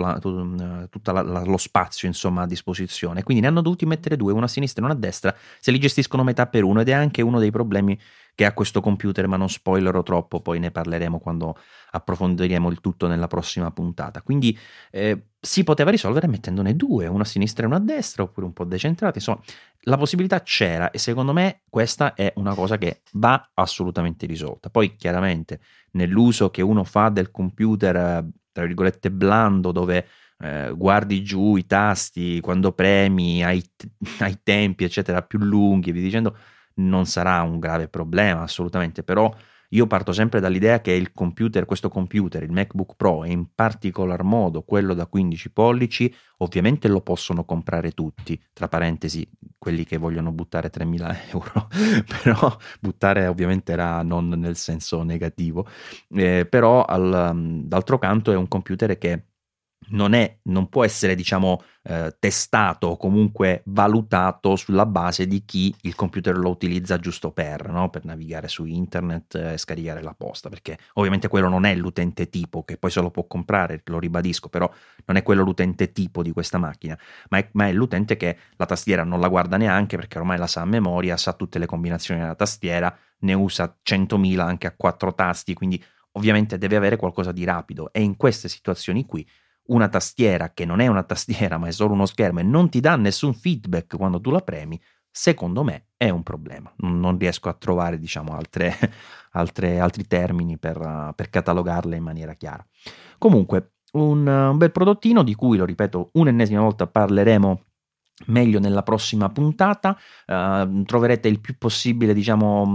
lo spazio insomma a disposizione, quindi ne hanno dovuti mettere 2, uno a sinistra e uno a destra, se li gestiscono metà per uno, ed è anche uno dei problemi che ha questo computer, ma non spoilerò troppo, poi ne parleremo quando approfondiremo il tutto nella prossima puntata. Quindi si poteva risolvere mettendone 2, uno a sinistra e uno a destra, oppure un po' decentrati, insomma la possibilità c'era, e secondo me questa è una cosa che va assolutamente risolta. Poi chiaramente nell'uso che uno fa del computer, tra virgolette, blando, dove guardi giù i tasti, quando premi hai tempi, eccetera, più lunghi e via dicendo, non sarà un grave problema, assolutamente. Però io parto sempre dall'idea che il computer, questo computer, il MacBook Pro, e in particolar modo quello da 15 pollici, ovviamente lo possono comprare tutti, tra parentesi, quelli che vogliono buttare 3.000 euro, però buttare ovviamente era non nel senso negativo, però d'altro canto è un computer che non può essere, diciamo, testato o comunque valutato sulla base di chi il computer lo utilizza giusto per, no? Per navigare su internet e scaricare la posta, perché ovviamente quello non è l'utente tipo, che poi se lo può comprare, lo ribadisco, però non è quello l'utente tipo di questa macchina, ma è l'utente che la tastiera non la guarda neanche, perché ormai la sa a memoria, sa tutte le combinazioni della tastiera, ne usa 100.000 anche a 4 tasti, quindi ovviamente deve avere qualcosa di rapido, e in queste situazioni qui una tastiera che non è una tastiera ma è solo uno schermo e non ti dà nessun feedback quando tu la premi, secondo me è un problema. Non riesco a trovare, diciamo, altri termini per catalogarle in maniera chiara. Comunque un bel prodottino di cui, lo ripeto un'ennesima volta, parleremo meglio nella prossima puntata. Troverete il più possibile, diciamo,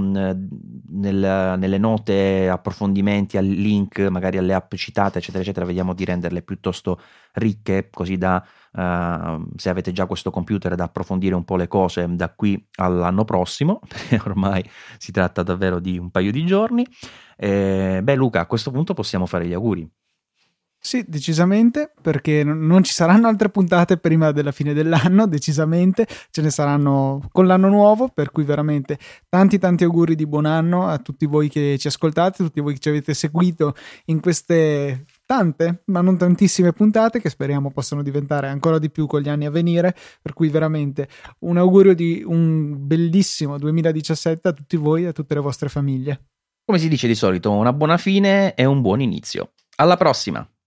nelle note approfondimenti, al link magari alle app citate, eccetera eccetera. Vediamo di renderle piuttosto ricche, così da se avete già questo computer, da approfondire un po' le cose da qui all'anno prossimo, perché ormai si tratta davvero di un paio di giorni. Beh Luca, a questo punto possiamo fare gli auguri. Sì, decisamente, perché non ci saranno altre puntate prima della fine dell'anno, decisamente, ce ne saranno con l'anno nuovo, per cui veramente tanti auguri di buon anno a tutti voi che ci ascoltate, a tutti voi che ci avete seguito in queste tante, ma non tantissime puntate, che speriamo possano diventare ancora di più con gli anni a venire, per cui veramente un augurio di un bellissimo 2017 a tutti voi e a tutte le vostre famiglie. Come si dice di solito, una buona fine e un buon inizio. Alla prossima!